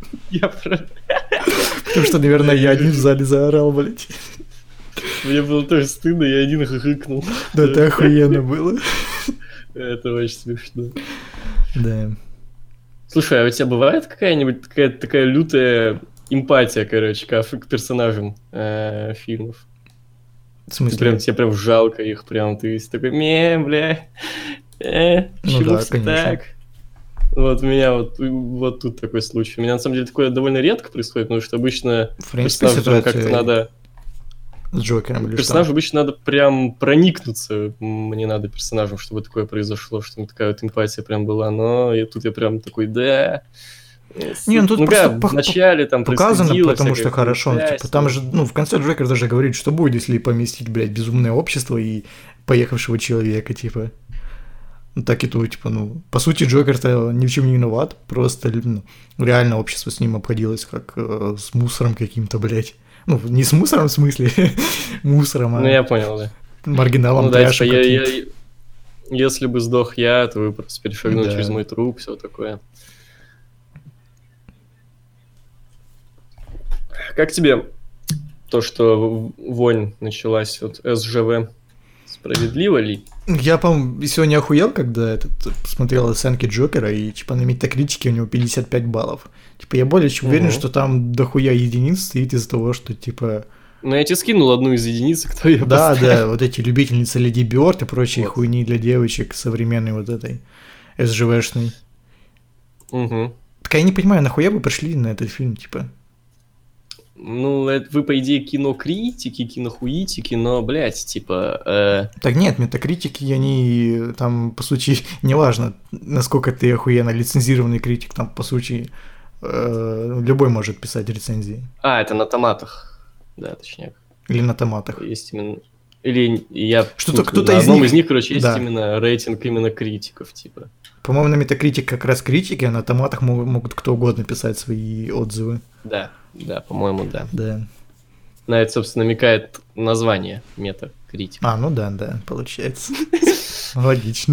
Потому что, наверное, я один в зале заорал, блядь. Мне было тоже стыдно, я один хыхыкнул. Да, это охуенно было. Это очень смешно. Да. Слушай, а у тебя бывает какая-нибудь такая лютая эмпатия, короче, к персонажам фильмов? В смысле? Тебе прям жалко их, прям ты такой, бля, ну да, конечно. Так? Вот у меня вот тут такой случай. У меня на самом деле такое довольно редко происходит, потому что обычно персонажу как-то надо... С Джокером или персонажу обычно надо прям проникнуться. Мне надо персонажем, чтобы такое произошло, чтобы такая вот эмпатия прям была. Но тут я прям такой, да... Не, ну тут просто вначале там показано, потому что хорошо. Типа, там же, ну, в конце Джокер даже говорит, что будет, если поместить, блядь, безумное общество и поехавшего человека, типа. Ну, так и тут, типа, ну, по сути, Джокер-то ни в чем не виноват, просто, ну, реально общество с ним обходилось как с мусором каким-то, блядь. Ну, не с мусором в смысле, мусором, а... Ну, я понял, да. Маргиналом, ну, да, типа, если бы сдох я, то вы просто перешагнули через мой труп, все такое. Как тебе то, что вонь началась от СЖВ, справедливо ли? Я, по-моему, сегодня охуел, когда смотрел оценки Джокера, и, типа, на метакритике у него 55 баллов. Типа, я более чем уверен, что там дохуя единиц стоит из-за того, что, типа... Ну, я тебе скинул одну из единиц, кто ее Да, поставил. да, вот эти любительницы Леди Бёрд и прочие Вот. хуйни для девочек современной вот этой СЖВшной. Угу. Так я не понимаю, нахуя вы пришли на этот фильм, типа? Ну, это вы, по идее, кинокритики, кинохуитики, но, блядь, типа... Так нет, метакритики, они там, по сути, неважно, насколько ты охуенно лицензированный критик, там, по сути, любой может писать рецензии. это на томатах. Да, точнее. Или на томатах. Есть именно... Или я... Что-то путаю. кто-то На из одном них- из них, короче, есть да. именно рейтинг именно критиков, типа. По-моему, на метакритик как раз критики, а на томатах могут кто угодно писать свои отзывы. Да, по-моему, да. Да. На это, собственно, намекает название метакритик. Ну да, получается. Логично.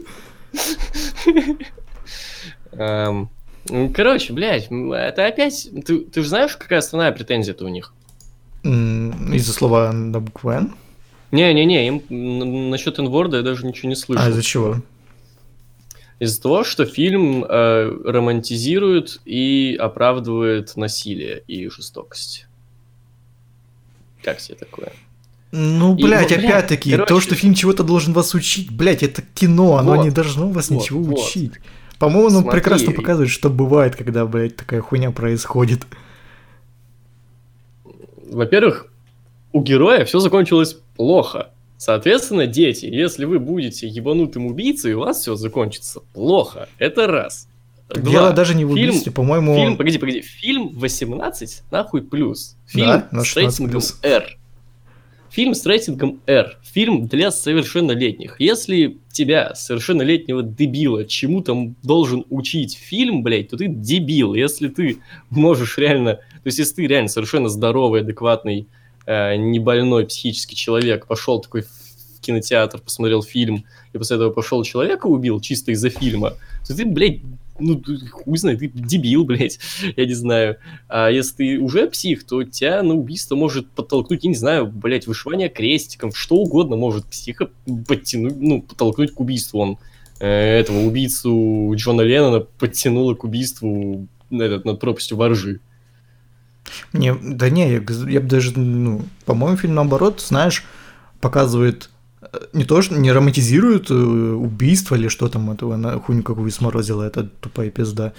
Короче, блядь, это опять... Ты же знаешь, какая основная претензия-то у них? Из-за слова на букву «Н»? Не-не-не, им насчет N-ворда я даже ничего не слышал. Из-за чего? Из-за того, что фильм романтизирует и оправдывает насилие и жестокость. Как тебе такое? Ну, И, блядь, блядь, опять-таки, короче- то, что фильм чего-то должен вас учить, блядь, это кино, оно Вот. не должно вас Вот, ничего вот. учить. По-моему, оно Смотри. прекрасно показывает, что бывает, когда, блядь, такая хуйня происходит. Во-первых, у героя все закончилось плохо. Соответственно, дети, если вы будете ебанутым убийцей, у вас все закончится плохо. Это раз. Так Два. дело даже не в Фильм- убийстве, по-моему... Фильм, погоди, фильм 18 нахуй плюс. Фильм Да, на с 16 рейтингом плюс. R. Фильм с рейтингом R. Фильм для совершеннолетних. Если тебя, совершеннолетнего дебила, чему-то должен учить фильм, блядь, то ты дебил. Если ты можешь реально... То есть, если ты реально совершенно здоровый, адекватный, не больной психический человек, пошел такой в кинотеатр, посмотрел фильм, и после этого пошел человека убил чисто из-за фильма, то ты, блядь, хуй знает, ты дебил, блядь, я не знаю. А если ты уже псих, то тебя на убийство может подтолкнуть, я не знаю, блядь, вышивание крестиком, что угодно может психа подтянуть, подтолкнуть к убийству. Он этого убийцу Джона Леннона подтянуло к убийству над пропастью воржи. я бы даже, по-моему, фильм наоборот, знаешь, показывает не то, что не романтизирует убийство или что там этого хуйню какую сморозила, это тупая пизда.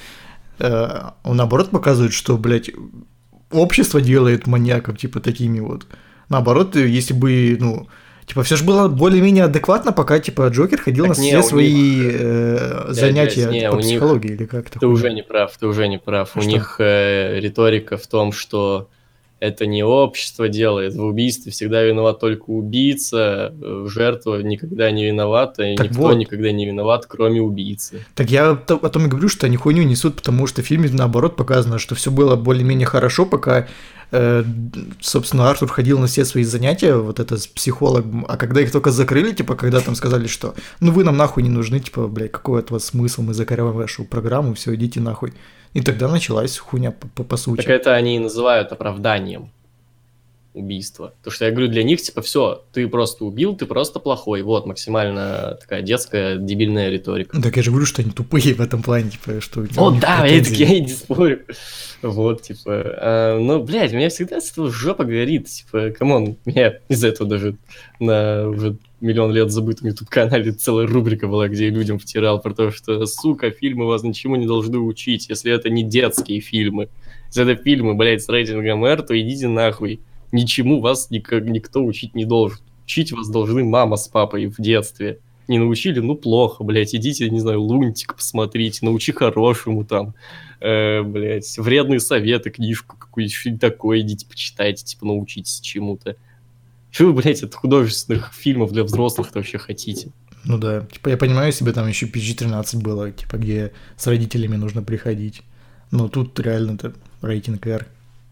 Он наоборот показывает, что, блядь, общество делает маньяков, типа, такими вот. Наоборот, если бы, типа, все же было более-менее адекватно, пока, типа, Джокер ходил Так на не, все у свои них- занятия не, по у них- психологии или как-то. Ты уже не прав. У Что? них риторика в том, что это не общество делает. В убийстве всегда виноват только убийца, жертва никогда не виновата, и Так никто вот. никогда не виноват, кроме убийцы. Так я о том и говорю, что они хуйню несут, потому что в фильме наоборот показано, что все было более-менее хорошо, пока, собственно, Артур ходил на все свои занятия, вот это с психологом, а когда их только закрыли, типа, когда там сказали, что вы нам нахуй не нужны, типа, блядь, какой от вас смысл, мы закрываем вашу программу, все, идите нахуй. И тогда началась хуйня по сути. Так это они и называют оправданием убийства. Потому что я говорю, для них, типа, все, ты просто убил, ты просто плохой. Вот, максимально такая детская, дебильная риторика. Так я же говорю, что они тупые в этом плане, типа, что... О, да, я и не спорю. Вот, типа, блядь, меня всегда с этого жопа горит, типа, камон, меня из-за этого даже на уже миллион лет забытом YouTube-канале целая рубрика была, где я людям втирал про то, что, сука, фильмы вас ничему не должны учить, если это не детские фильмы. Если это фильмы, блядь, с рейтингом R, то идите нахуй. Ничему вас никто учить не должен. Учить вас должны мама с папой в детстве. Не научили, плохо, блядь, идите, не знаю, Лунтик посмотрите, научи хорошему там, блядь, вредные советы, книжку какую-нибудь такое, идите почитайте, типа, научитесь чему-то. Чего вы, блядь, от художественных фильмов для взрослых-то вообще хотите? Ну да, типа, я понимаю, если бы там еще PG-13 было, типа, где с родителями нужно приходить. Но тут реально-то рейтинг R.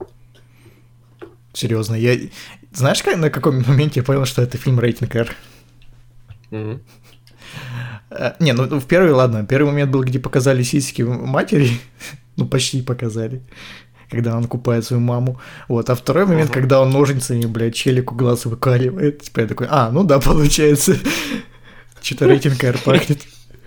Серьезно, знаешь, на каком моменте я понял, что это фильм рейтинг R? Mm-hmm. Не, в первый момент был, где показали сиськи матери, почти показали. когда он купает свою маму. Вот, а второй момент, когда он ножницами, блядь, челику глаз выкаливает. Типа я такой, ну да, получается. Что-то рейтинг R пахнет.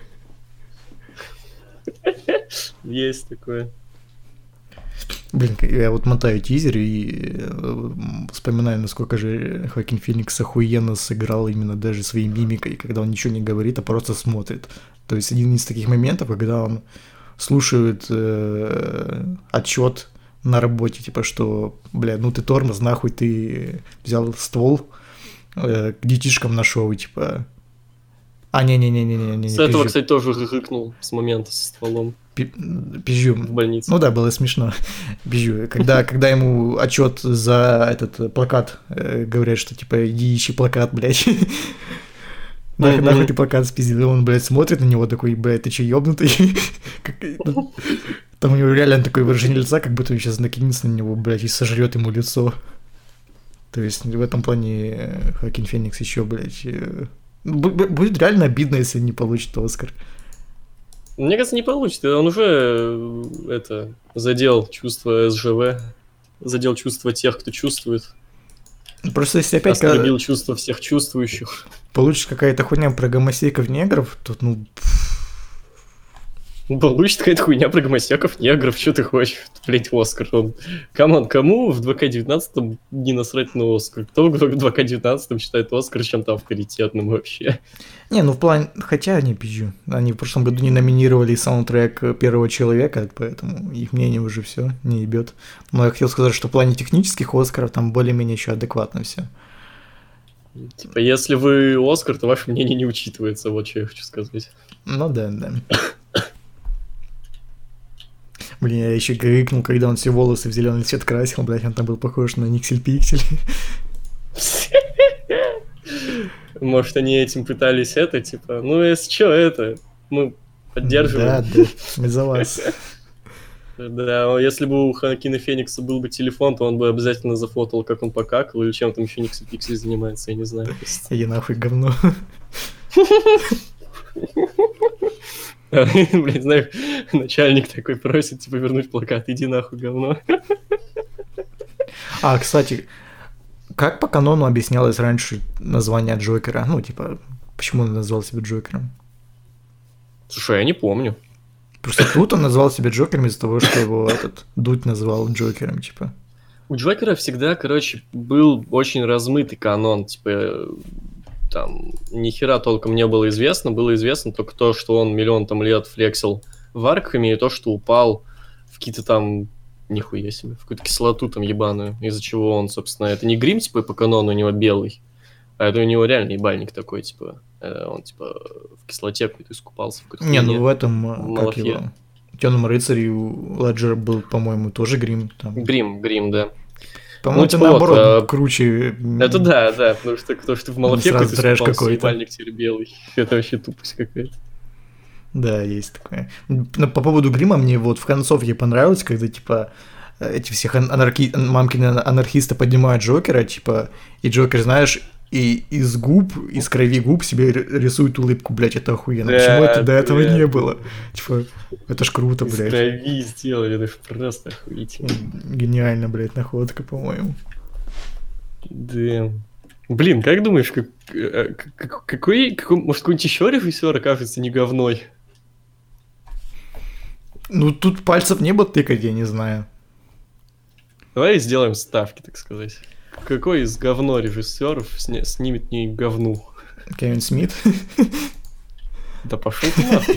Есть такое. Блин, я вот мотаю тизер и вспоминаю, насколько же Хоакин Феникс охуенно сыграл именно даже своей мимикой, когда он ничего не говорит, а просто смотрит. То есть один из таких моментов, когда он слушает отчет на работе, типа, что, бля, ну ты тормоз, нахуй ты взял ствол к детишкам на шоу, типа... не-не-не-не-не. С этого, кстати, тоже рыкнул с момента со стволом. Пизжу. В больнице. Ну да, было смешно. Пизжу. Когда ему отчет за этот плакат говорят, что типа иди ищи плакат, блядь. Нахуй ты плакат спиздил. Он, блядь, смотрит на него такой, блядь, ты че, ёбнутый? Там у него реально такое выражение лица, как будто он сейчас накинется на него, блядь, и сожрет ему лицо. То есть в этом плане Хоакин Феникс еще, блядь... Будет реально обидно, если не получит Оскар. Мне кажется, не получит. Он уже задел чувство СЖВ, задел чувство тех, кто чувствует. Просто если опять... Оскорбил чувство всех чувствующих. Получится какая-то хуйня про гомосеков негров, то, Получит какая-то хуйня про гомосеков негров, что ты хочешь? Блять, Оскар. Кому в 2К19 не насрать на Оскар? Кто в 2К19 считает Оскар чем-то авторитетным вообще? Не, ну в плане... Хотя не пизжу. Они в прошлом году не номинировали саундтрек «Первого человека», поэтому их мнение уже все не ебет. Но я хотел сказать, что в плане технических Оскаров там более-менее еще адекватно все. Типа, если вы Оскар, то ваше мнение не учитывается, вот что я хочу сказать. Ну да. Блин, я еще крикнул, когда он все волосы в зеленый цвет красил, блядь, он там был похож на Никсель Пиксель. Может, они этим пытались типа, ну, если что, мы поддерживаем. Да, мы за вас. Да, если бы у Хоакина Феникса был бы телефон, то он бы обязательно зафотал, как он покакал, или чем там еще Никсель Пиксель занимается, я не знаю. Иди нахуй, говно. Блин, знаешь, начальник такой просит, типа, вернуть плакат, иди нахуй, говно. Кстати, как по канону объяснялось раньше название Джокера? Ну, типа, почему он назвал себя Джокером? Слушай, я не помню. Просто тут он назвал себя Джокером из-за того, что его Дудь назвал Джокером, типа. У Джокера всегда, был очень размытый канон, типа... Там ни хера толком не было известно только то, что он миллион там лет флексил в Аркхаме, и то, что упал в какие-то там, нихуя себе, в какую-то кислоту там ебаную, из-за чего он, собственно, это не грим, типа, по канону у него белый, а это у него реально ебальник такой, типа, он, типа, в кислоте какой-то искупался. Не, ну в этом, как его, Тёмном рыцаре у Леджера был, по-моему, тоже грим. Там. Грим, да. По-моему, это наоборот круче. Это да, потому что в Малафе сразу трэш какой-то. ебальник теперь белый. Это вообще тупость какая-то. Да, есть такое. Но по поводу грима мне вот в концовке понравилось, когда, типа, эти всех мамкины анархисты поднимают Джокера, типа, и Джокер, знаешь, и из крови губ себе рисует улыбку, блядь, это охуенно. Да, почему это до этого не было? Типа, это ж круто, блядь. Из крови сделали, это ж просто охуительно. Гениально, блядь, находка, по-моему. Да. Блин, как думаешь, какой, может, какой-нибудь еще режиссер окажется не говной? Ну, тут пальцев не было тыкать, я не знаю. Давай сделаем ставки, так сказать. Какой из говно режиссеров снимет не говну? Кевин Смит? Да пошел ты нахуй.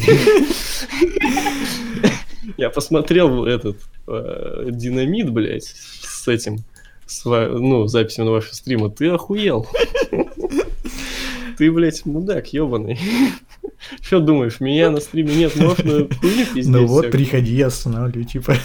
Я посмотрел Динамит, блядь, с этим, записью на вашего стрима. Ты охуел. Ты, блядь, мудак ебаный. Что думаешь, меня на стриме нет, можно хуйню пиздеть? Ну вот, приходи, я останавливаю, типа.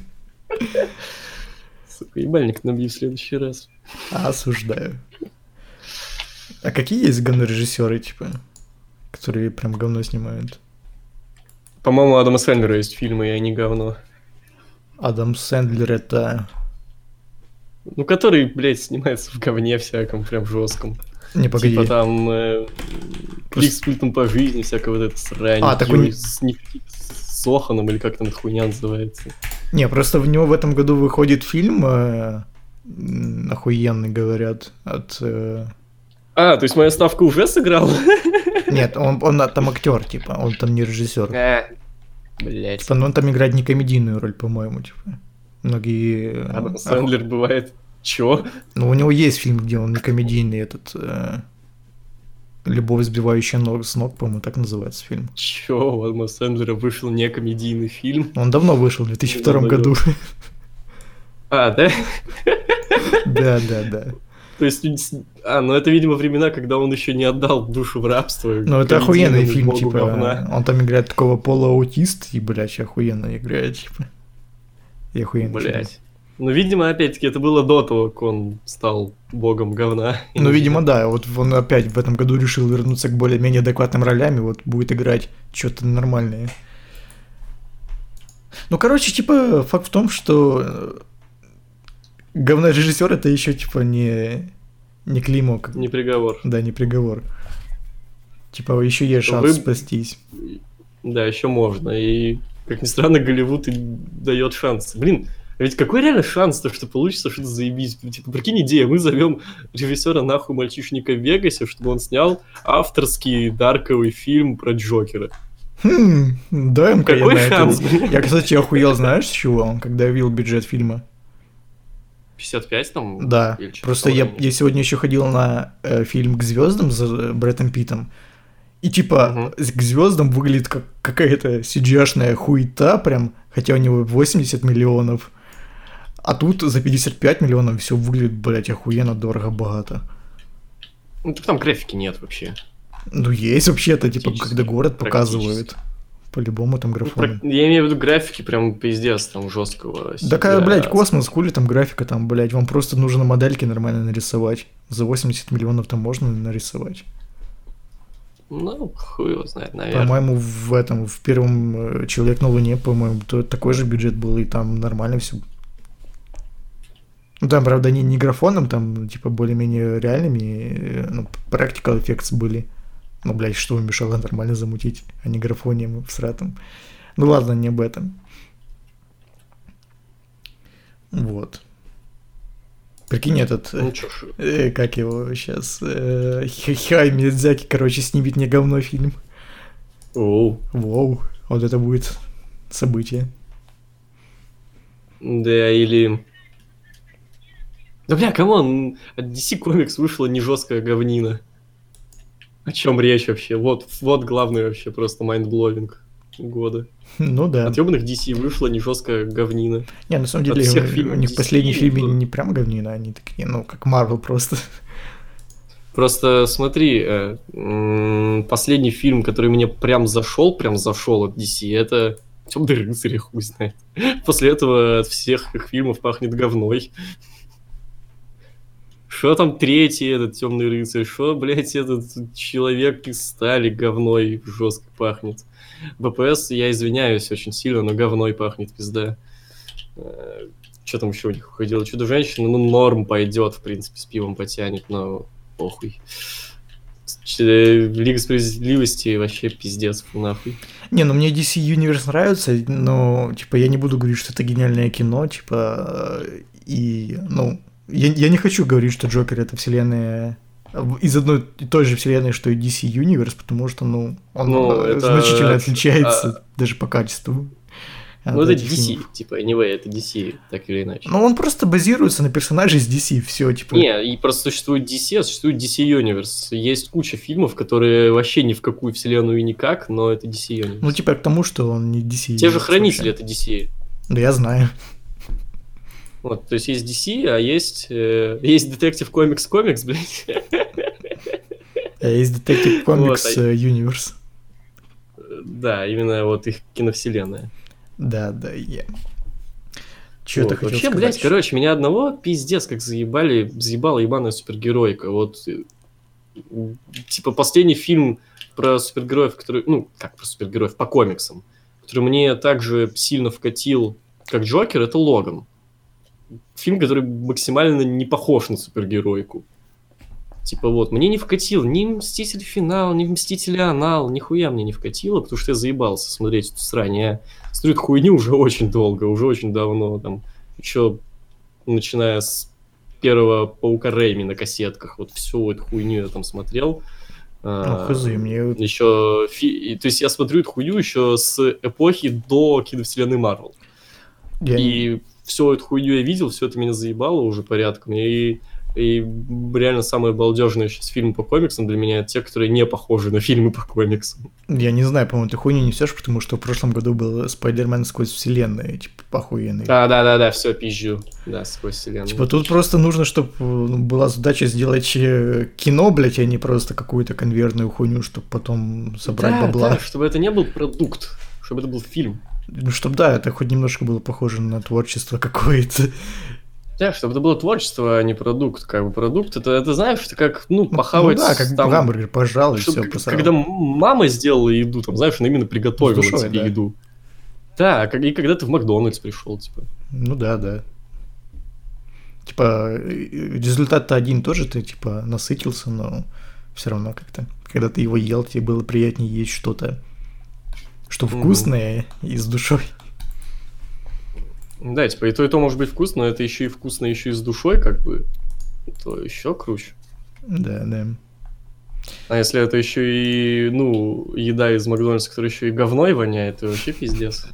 Сука, ебальник набью в следующий раз. Осуждаю. А какие есть говнорежиссеры, типа, которые прям говно снимают? По-моему, у Адама Сэндлера есть фильмы, и они говно. Адам Сэндлер это... Ну, который, блядь, снимается в говне всяком, прям жестком. Не, погоди. Типа там клик с пультом по жизни, всякая вот эта срань. Такой... С Соханом, или как там эта хуйня называется. Не, просто в него в этом году выходит фильм охуенный, говорят, от... То есть моя ставка уже сыграла? Нет, он там актер, типа, он там не режиссер. Блять. Типа, ну он там играет не комедийную роль, по-моему, типа. Многие... Адам Сэндлер бывает. Чё? Ну, у него есть фильм, где он не комедийный, этот... «Любовь, сбивающая с ног», по-моему, так называется фильм. Чё? У Адама Сэндлера вышел не комедийный фильм? Он давно вышел, в 2002 году. Да? Да. То есть, ну это, видимо, времена, когда он еще не отдал душу в рабство. Ну, это охуенный фильм, богу типа, говна. он там играет такого полуаутист, и, блядь, охуенно играет, типа. И охуенный фильм. Блять. Ну, видимо, опять-таки, это было до того, как он стал богом говна. Ну, видимо, да, вот он опять в этом году решил вернуться к более-менее адекватным ролям, и вот будет играть что-то нормальное. Ну, короче, типа, факт в том, что говнорежиссер это еще, типа, не клеймо. Не приговор. Да, не приговор. Типа, еще есть шанс спастись. Да, еще можно. И, как ни странно, Голливуд и дает шанс. Блин, ведь какой реально шанс, то, что получится что-то заебись? Типа, прикинь, идея, мы зовем режиссера нахуй мальчишника в Вегасе, чтобы он снял авторский дарковый фильм про Джокера. Даем-ка какой шанс? Я, кстати, охуел, знаешь, с чего? Когда я видел бюджет фильма. 55 там? Да, просто я сегодня еще ходил на фильм «К звездам» с Брэдом Питтом, и типа к звездам выглядит как какая-то CGI-шная хуета прям, хотя у него 80 миллионов, а тут за 55 миллионов все выглядит, блядь, охуенно, дорого, богато. Ну, там графики нет вообще. Ну, есть вообще-то, типа, когда город показывают. По-любому там графон. Я имею в виду графики прям пиздец там жесткого. Да, блядь, космос, хули там графика там, блядь, вам просто нужно модельки нормально нарисовать. За 80 миллионов там можно нарисовать. Ну, хуй его знает, наверное. По-моему, в первом «Человек на Луне», по-моему, такой же бюджет был, и там нормально все. Ну, там, правда, не графоном, там, типа, более-менее реальными, ну, practical effects были. Ну, блядь, что им мешало нормально замутить, а не графонием всратым. Ну, ладно, не об этом. Вот. Прикинь, этот... как его сейчас... Хай Миядзаки, короче, снимет не говно фильм. Воу. Вот это будет событие. Да, или... Да, бля, камон, от DC Comics вышла не жесткая говнина. О чем речь вообще? Вот главный вообще просто майндбловинг года. Ну да. От ёбаных DC вышла не жесткая говнина. Не, на самом деле, у них последние фильмы не прям говнина, они такие, ну, как Marvel просто. Просто смотри, последний фильм, который мне прям зашел от DC, это «Темный рыцарь», хуй знает. После этого от всех их фильмов пахнет говной. Что там третий этот «Темный рыцарь», что, блядь, этот «Человек из стали» говной жестко пахнет. БПС, я извиняюсь очень сильно, но говной пахнет, пизда. Что там еще у них уходило? «Чудо-женщина», ну, норм пойдет, в принципе, с пивом потянет, но похуй. Лига справедливости вообще пиздец, нахуй. Не, ну мне DC Universe нравится, но, типа, я не буду говорить, что это гениальное кино, типа, и, ну... Я не хочу говорить, что Джокер это вселенная из одной и той же вселенной, что и DC Universe, потому что, ну, он значительно отличается даже по качеству. Ну, это DC, фильмов. Типа, anyway, это DC, так или иначе. Ну, он просто базируется на персонаже из DC, все, типа. Не, и просто существует DC, а существует DC Universe. Есть куча фильмов, которые вообще ни в какую вселенную и никак, но это DC Universe. Ну, типа, к тому, что он не DC. Те же Хранители, это DC. Да, я знаю. Вот, то есть DC, а есть Detective Comics, блядь. А есть Detective Comics Universe. Да, именно вот их киновселенная. Да, я. Чё ты хотел вообще, сказать? Блядь, короче, меня одного пиздец как заебала ебаная супергеройка. Вот, типа, последний фильм про супергероев, который, ну, как про супергероев, по комиксам, который мне также сильно вкатил, как Джокер, это Логан. Фильм, который максимально не похож на супергеройку. Типа вот, мне не вкатил ни Мститель Финал, ни Мстители Анал, нихуя мне не вкатило, потому что я заебался смотреть эту срань. Я смотрю эту хуйню уже очень долго, уже очень давно, там, еще начиная с первого Паука Рэйми на кассетках, вот всю эту хуйню я там смотрел. Хз, мне... Еще, то есть я смотрю эту хуйню еще с эпохи до киновселенной Марвел. И всю эту хуйню я видел, все это меня заебало уже порядком. И реально самые балдежные сейчас фильмы по комиксам для меня те, которые не похожи на фильмы по комиксам. Я не знаю, по-моему, ты хуйню несешь, потому что в прошлом году был Спайдермен сквозь вселенную, типа, охуенный. Да, все, пизжу. Да, сквозь вселенную. Типа, тут просто нужно, чтобы была задача сделать кино, блядь, а не просто какую-то конвейерную хуйню, чтобы потом собрать бабла. Да, чтобы это не был продукт, чтобы это был фильм. Ну, чтобы, да, это хоть немножко было похоже на творчество какое-то. Да, чтобы это было творчество, а не продукт. Как бы продукт, это знаешь, это как, похавать... Ну да, как там, гамбургер, пожалуй, все посрал. Когда мама сделала еду, там, знаешь, она именно приготовила душой, тебе еду. Да, и когда ты в Макдональдс пришел, типа. Ну да. Типа, результат-то один тоже, ты, типа, насытился, но все равно как-то, когда ты его ел, тебе было приятнее есть что-то, что вкусное и с душой. Да, типа, и то может быть вкусно, но это еще и вкусно, еще и с душой, как бы, то еще круче. Да. А если это еще и, еда из Макдональдса, которая еще и говной воняет, то вообще пиздец.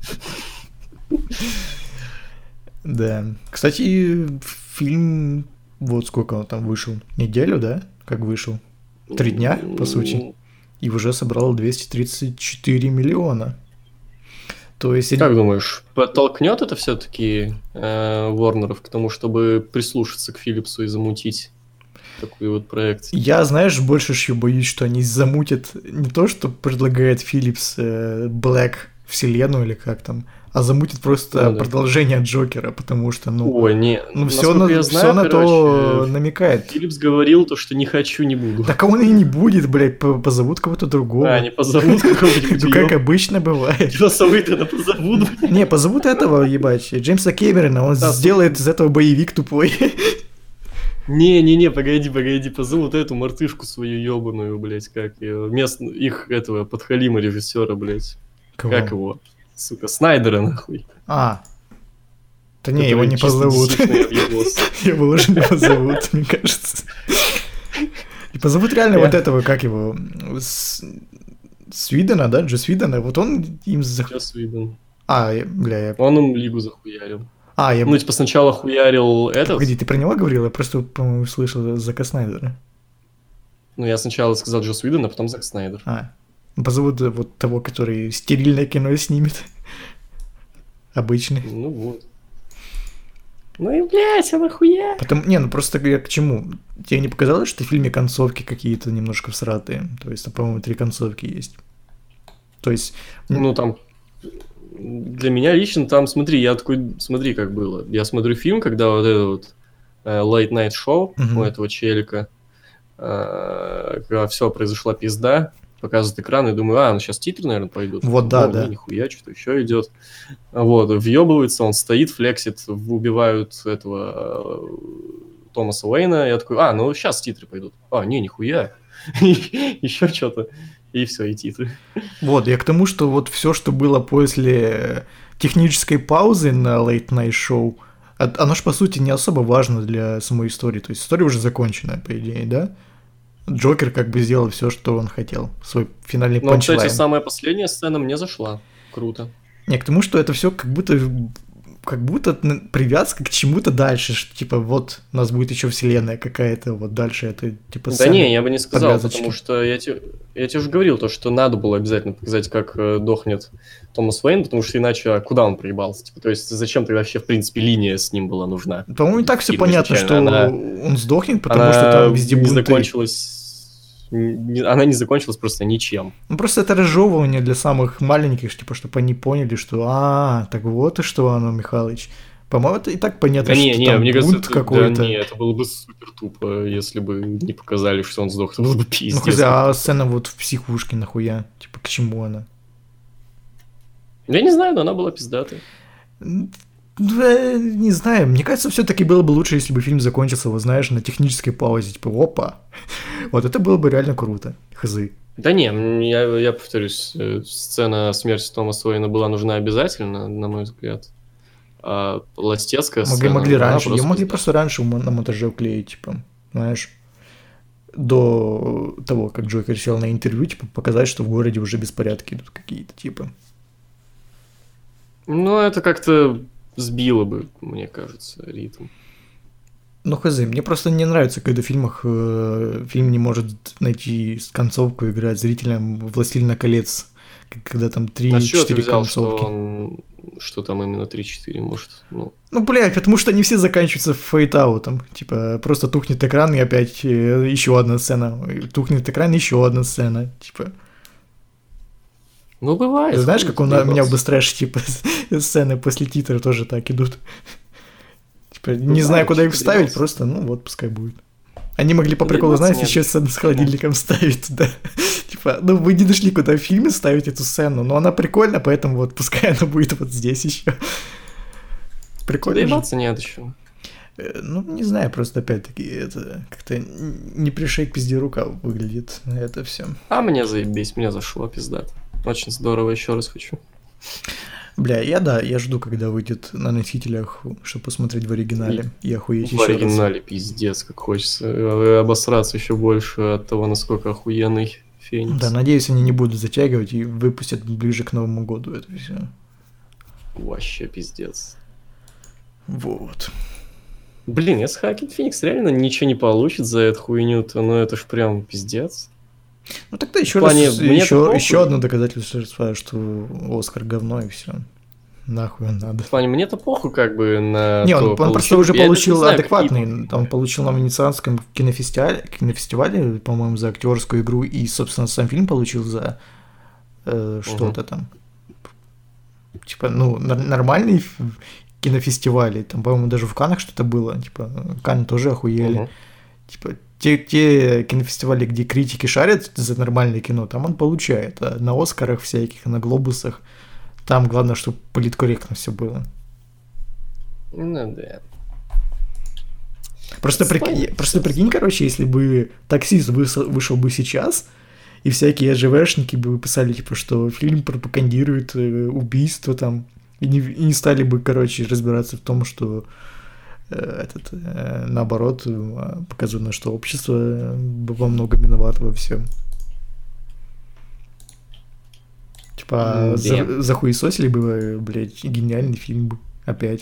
Да. Кстати, фильм, вот сколько он там вышел? Неделю, да? Как вышел? 3 дня, по сути. И уже собрал 234 миллиона. То есть... Как думаешь, подтолкнет это все-таки Ворнеров к тому, чтобы прислушаться к Филлипсу и замутить такой вот проект? Я, знаешь, больше еще боюсь, что они замутят не то, что предлагает Филлипс Black вселенную или как там, а замутит просто продолжение Джокера, потому что, Ой, не. Все на то намекает. Филлипс говорил то, что не хочу, не буду. Так он и не будет, блядь, позовут кого-то другого. А, не позовут кого-нибудь. Ну, как обычно бывает. Джосса Уидона позовут. Не, позовут этого, ебать, Джеймса Кэмерона, он сделает из этого боевик тупой. Не, погоди, позовут эту мартышку свою ебаную, блядь, как ее, их этого подхалима режиссера, блядь. Кого? Как его? Сука, Снайдера, нахуй. Да не, его не позовут. Его уже не позовут, мне кажется. И позовут реально вот этого, как его, Свидона, да, Джо Свидона, вот он им... Джо Свидон. Он им Лигу захуярил. Я... сначала хуярил этот... Погоди, ты про него говорил? Я просто, по-моему, слышал Зака Снайдера. Я сначала сказал Джо Свидон, а потом Зак Снайдер. Позовут вот того, который стерильное кино снимет. Обычный. Вот. И, блядь, а нахуя? Просто я к чему? Тебе не показалось, что в фильме концовки какие-то немножко всратые? То есть, по-моему, 3 концовки есть. То есть... там... Для меня лично там, смотри, как было. Я смотрю фильм, когда вот это вот Late Night Show у этого челика, когда все, произошла пизда, показывает экран, и думаю, сейчас титры, наверное, пойдут. Вот, да. Нихуя, что-то еще идет. Въебывается, он стоит, флексит, убивают этого Томаса Уэйна, я такой, сейчас титры пойдут. Нихуя. Еще что-то. И все, и титры. Я к тому, что вот все, что было после технической паузы на Late Night Show, оно ж, по сути, не особо важно для самой истории. То есть история уже закончена, по идее, да? Джокер как бы сделал все, что он хотел. Свой финальный панчлайн. Кстати, самая последняя сцена мне зашла. Круто. Не, к тому, что это все как будто привязка к чему-то дальше, что типа вот у нас будет еще вселенная какая-то, вот дальше это типа... Да не, я бы не сказал, потому что я тебе уже говорил, что надо было обязательно показать, как дохнет Томас Уэйн, потому что иначе куда он проебался? Типа, то есть зачем тогда вообще в принципе линия с ним была нужна? По-моему, и так все понятно, что он сдохнет, потому что там везде бунты. Она не закончилась просто ничем. Просто это разжевывание для самых маленьких, типа, чтобы они поняли, что так вот и что оно, Михалыч. По-моему, это и так понятно, что там мне бунт кажется, какой-то. Это было бы супер тупо, если бы не показали, что он сдох. Это было бы пиздец. А сцена вот в психушке нахуя? Типа, к чему она? Я не знаю, но она была пиздатая. Да, не знаю, мне кажется, все-таки было бы лучше, если бы фильм закончился, вот знаешь, на технической паузе, типа, опа. Вот это было бы реально круто. Хз. Да не, я повторюсь, сцена смерти Томаса Уэйна была нужна обязательно, на мой взгляд. А ластецкая сцена... Могли она раньше, ее могли пизда. просто раньше на монтаже уклеить, типа, знаешь, до того, как Джокер сел на интервью, типа, показать, что в городе уже беспорядки идут какие-то, типа. Ну, это как-то сбило бы, мне кажется, ритм. Ну, хз, мне просто не нравится, когда в фильмах фильм не может найти концовку, играть зрителям «Властелина колец», когда там А с чего ты 3-4 взял, концовки. что там именно 3-4, может? Ну, Ну, блядь, потому что они все заканчиваются фейт-аутом. Типа, просто тухнет экран, и опять еще одна сцена. Тухнет экран, еще одна сцена. Типа, ну бывает. ты знаешь, хуй как у доебаться. меня в Бэстрэше, типа, сцены после титров тоже так идут. Типа, не Бывает, знаю, куда их что вставить, доебаться. просто, ну, вот, пускай будет. Они могли по приколу, Доебаться знаете, нет. еще сцену с холодильником ставить туда. Типа, ну, вы не дошли, куда в фильме ставить эту сцену, но она прикольна, поэтому вот пускай она будет вот здесь еще. Прикольно же. Доебаться нет еще. Ну, не знаю, просто опять-таки это как-то не пришей к пизде рука выглядит это все. А мне заебись, мне зашло пиздато. Очень здорово, еще раз хочу. Бля, я жду, когда выйдет на носителях, чтобы посмотреть в оригинале и охуеть В еще раз. оригинале пиздец, как хочется обосраться еще больше от того, насколько охуенный Феникс. Да, надеюсь, они не будут затягивать и выпустят ближе к Новому году это все. Вообще пиздец. Вот. Блин, если Хоакин Феникс реально ничего не получит за эту хуйню-то, ну это ж прям пиздец. Ну тогда еще В плане, раз, мне-то похуй. еще одно доказательство, что Оскар говно и все. Нахуй он надо. В плане, мне-то похуй как бы на Не, то, он просто получил. уже Я даже получил не знаю, адекватный. какие- Он получил на Венецианском кинофестивале, по-моему, за актерскую игру, и, собственно, сам фильм получил за что-то там. Типа, ну, нормальный кинофестиваль. Там, по-моему, даже в Каннах что-то было. Типа, Канны тоже охуели. Мгм. Типа, те кинофестивали, где критики шарят за нормальное кино, там он получает. А на Оскарах всяких, на Глобусах, там главное, чтобы политкорректно все было. Ну да. Просто прикинь, короче, если бы «Таксист» вышел бы сейчас, и всякие АЖВшники бы писали, типа, что фильм пропагандирует убийство там, и не стали бы, короче, разбираться в том, что наоборот, показано, что общество во многом виновато во всем. Типа, захуесосили бы, блядь, гениальный фильм бы опять.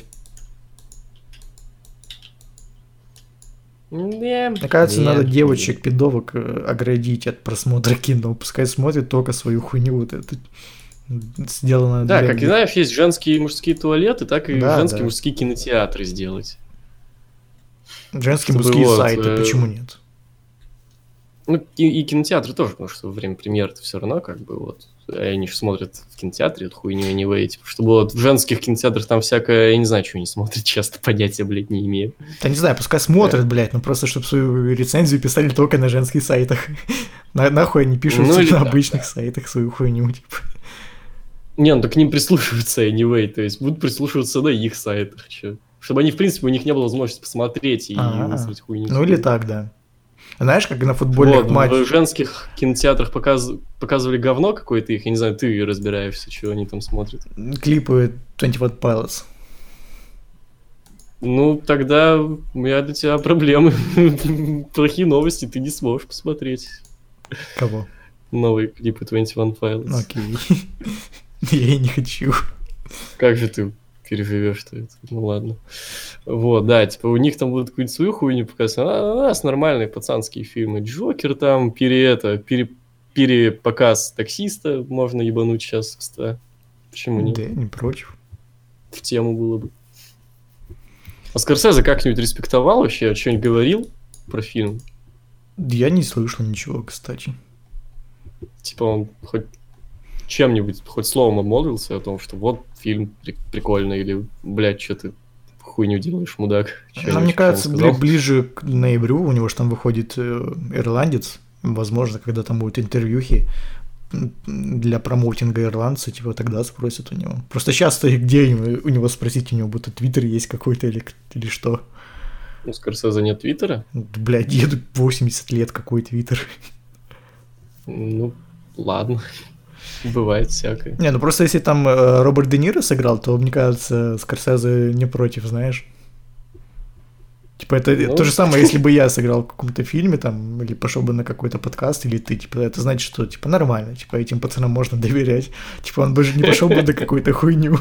Мне кажется, надо девочек-педовок оградить от просмотра кино. Пускай смотрят только свою хуйню. Вот это сделано Да, для... как знаешь, есть женские и мужские туалеты, так и Да, женские и да. мужские кинотеатры сделать. Женские Чтобы мужские вот, сайты, почему нет? Ну, и кинотеатры тоже, потому что во время премьеры-то все равно как бы вот они же смотрят в кинотеатре эту хуйню anyway, типа, чтобы вот в женских кинотеатрах там всякое, я не знаю, что они смотрят, часто понятия, блядь, не имею. Да не знаю, пускай смотрят, блядь, но просто чтобы свою рецензию писали только на женских сайтах. Нахуй они пишут Ну, или на так, обычных да. сайтах свою хуйню, типа. Не, ну так к ним прислушиваются anyway, то есть будут прислушиваться на их сайтах, чё. Чтобы они, в принципе, у них не было возможности посмотреть и выставить хуйню. Ну или так, да. Знаешь, как на футбольных Вот, матчах. в женских кинотеатрах показывали говно какое-то их, я не знаю, ты разбираешься, что они там смотрят. Клипы 21 Pilots. Ну, тогда у меня для тебя проблемы. Плохие новости, ты не сможешь посмотреть Кого? новые клипы 21 Pilots. Окей. Я и не хочу. Как же ты переживешь-то это? Ну ладно. Вот, да, типа у них там будут какую-нибудь свою хуйню показывать, а у нас нормальные пацанские фильмы. Джокер там, перепоказ таксиста можно ебануть сейчас, кстати. Почему нет? Да, не против. В тему было бы. А Скорсезе как-нибудь респектовал вообще? Что-нибудь говорил про фильм? Я не слышал ничего, кстати. Типа он хоть чем-нибудь, хоть словом обмолвился о том, что вот фильм прикольный, или, блядь, что ты хуйню делаешь, мудак. Но мне кажется, ближе к ноябрю у него же там выходит «Ирландец». Возможно, когда там будут интервьюхи, для промоутинга ирландца, типа, тогда спросят у него. Просто часто где у него спросить, у него будто твиттер есть какой-то или что. У Скорсезе нет твиттера? Блядь, деду 80 лет, какой твиттер. Ну, ладно. Бывает всякое. Не, ну просто если там Роберт Де Ниро сыграл, то, мне кажется, Скорсезе не против, знаешь. Типа, это то же самое, если бы я сыграл в каком-то фильме, там, или пошел бы на какой-то подкаст, или ты, типа, это значит, что, типа, нормально, типа, этим пацанам можно доверять. Типа, он бы же не пошел бы на какую-то хуйню.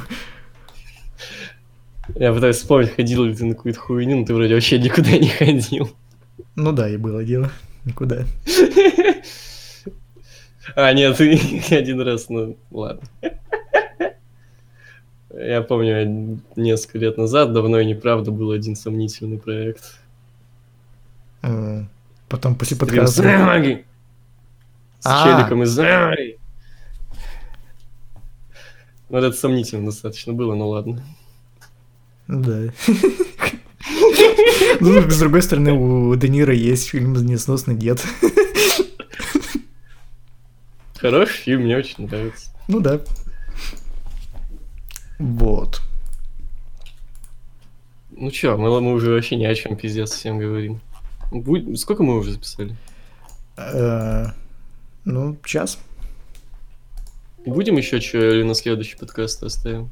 Я пытаюсь вспомнить, ходил ли ты на какую-то хуйню, но ты вроде вообще никуда не ходил. Ну да, и было дело. Никуда. А, нет, ты один раз, ну, ладно. Я помню, несколько лет назад, давно и неправда, был один сомнительный проект. Потом после Стрим подкаста... с челиком из... Вот это сомнительно достаточно было, ну ладно. Да. Ну, с другой стороны, у Де Ниро есть фильм «Несносный дед». Хороший фильм, мне очень нравится. Ну да. Вот. Ну чё, мы уже вообще ни о чем пиздец всем говорим. Сколько мы уже записали? Ну, час. Будем еще что или на следующий подкаст оставим?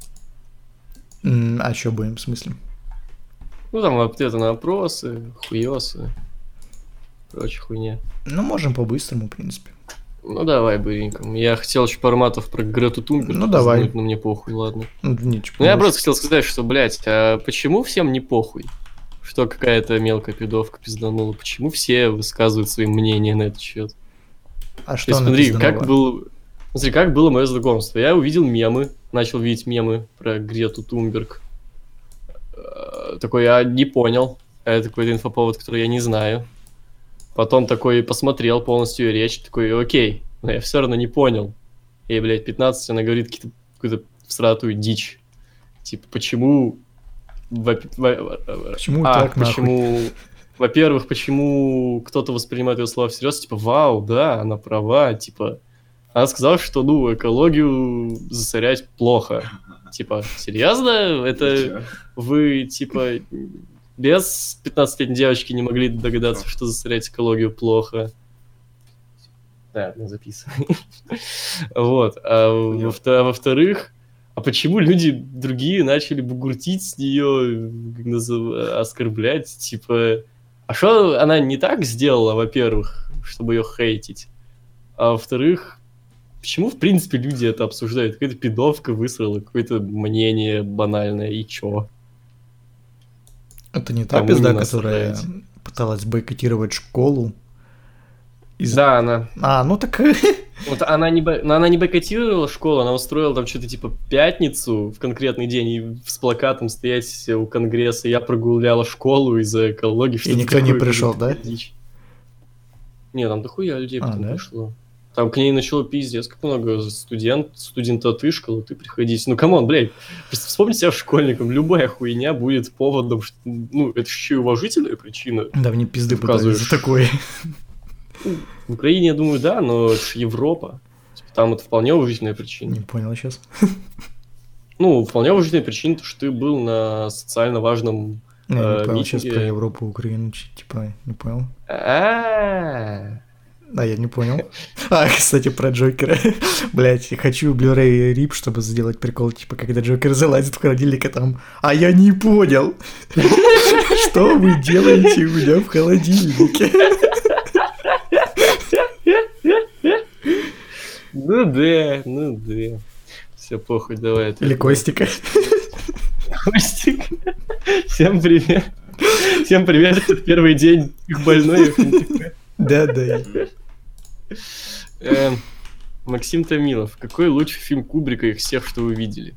А что будем, в смысле? Ну там ответы на вопросы, хуёсы, прочая хуйня. Ну, можем по-быстрому, в принципе. Ну давай, быренько. Я хотел еще пару матов про Грету Тунберг. Ну давай. Но мне похуй, ладно. Ну я просто хотел сказать, что, блядь, а почему всем не похуй? Что какая-то мелкая пидовка пизданула? Почему все высказывают свои мнения на этот счет? А что она смотри, пизданула? как было мое знакомство. Я увидел мемы, начал видеть мемы про Грету Тунберг. Такой, я не понял. Это какой-то инфоповод, который я не знаю. Потом такой посмотрел полностью речь, такой, окей, но я все равно не понял. И, блядь, 15 она говорит какую-то всратую дичь. Типа, почему... Почему так, нахуй? Во-первых, почему кто-то воспринимает ее слова всерьез, типа, вау, да, она права, типа... Она сказала, что, ну, экологию засорять плохо. Типа, серьезно? Это вы, типа... Без 15-летней девочки не могли догадаться, что засорять экологию плохо. Да, мы записываем. Вот. А во-вторых, а почему люди другие начали бугуртить с нее, оскорблять? Типа, а что она не так сделала, во-первых, чтобы ее хейтить? А во-вторых, почему, в принципе, люди это обсуждают? Какая-то пидовка высрала, какое-то мнение банальное, и чё? Это не та пизда, которая пыталась бойкотировать школу? Да, она. Ну так... Вот она не бойкотировала школу, она устроила там что-то типа пятницу в конкретный день и с плакатом стоять у Конгресса. Я прогуляла школу из-за экологии. И никто не пришел, да? Не, там дохуя людей потом пришло. Там к ней начало пиздец, как много студента отышкало, ты приходите. Ну, камон, блядь, просто вспомни себя школьником, любая хуйня будет поводом, что, ну, это еще и уважительная причина. Да, мне пизды подали за такое. В Украине, я думаю, да, но это же Европа. Типа, там это вполне уважительная причина. Не понял сейчас. Ну, вполне уважительная причина, что ты был на социально важном не понял митинге. Сейчас про Европу, Украину, типа, не понял. Да, я не понял. Кстати, про Джокера. Блять, хочу Blu-ray RIP, чтобы сделать прикол, типа, когда Джокер залазит в холодильник, и там... А я не понял! Что вы делаете у меня в холодильнике? Ну да. Все, похуй, давай. Или Костика. Костик. Всем привет. Всем привет, это первый день их больной. Да. Максим Томилов. Какой лучший фильм Кубрика из всех, что вы видели?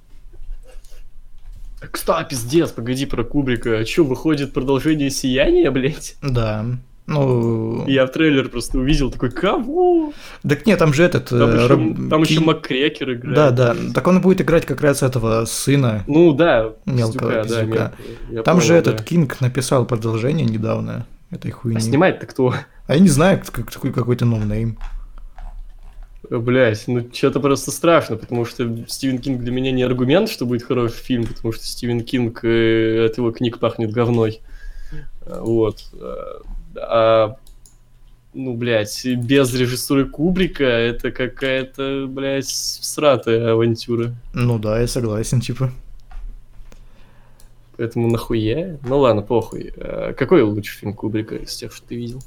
Кстати, пиздец, погоди про Кубрика. А что, выходит продолжение «Сияния», блядь? Да. Ну... Я в трейлер просто увидел, такой, кого? Так нет, там же этот... Там еще МакКрекер играет. Да. Так он будет играть как раз этого сына. Ну да. Мелкого пиздюка. Там же этот Кинг написал продолжение недавно этой хуйни. А снимает-то кто? А я не знаю, какой-то ноунейм. Блять, ну что-то просто страшно, потому что Стивен Кинг для меня не аргумент, что будет хороший фильм, потому что Стивен Кинг от его книг пахнет говной. Вот. Ну, блядь, без режиссуры Кубрика это какая-то, блядь, всратая авантюра. Ну да, я согласен, типа. Поэтому нахуя? Ну ладно, похуй. Какой лучший фильм Кубрика из тех, что ты видел?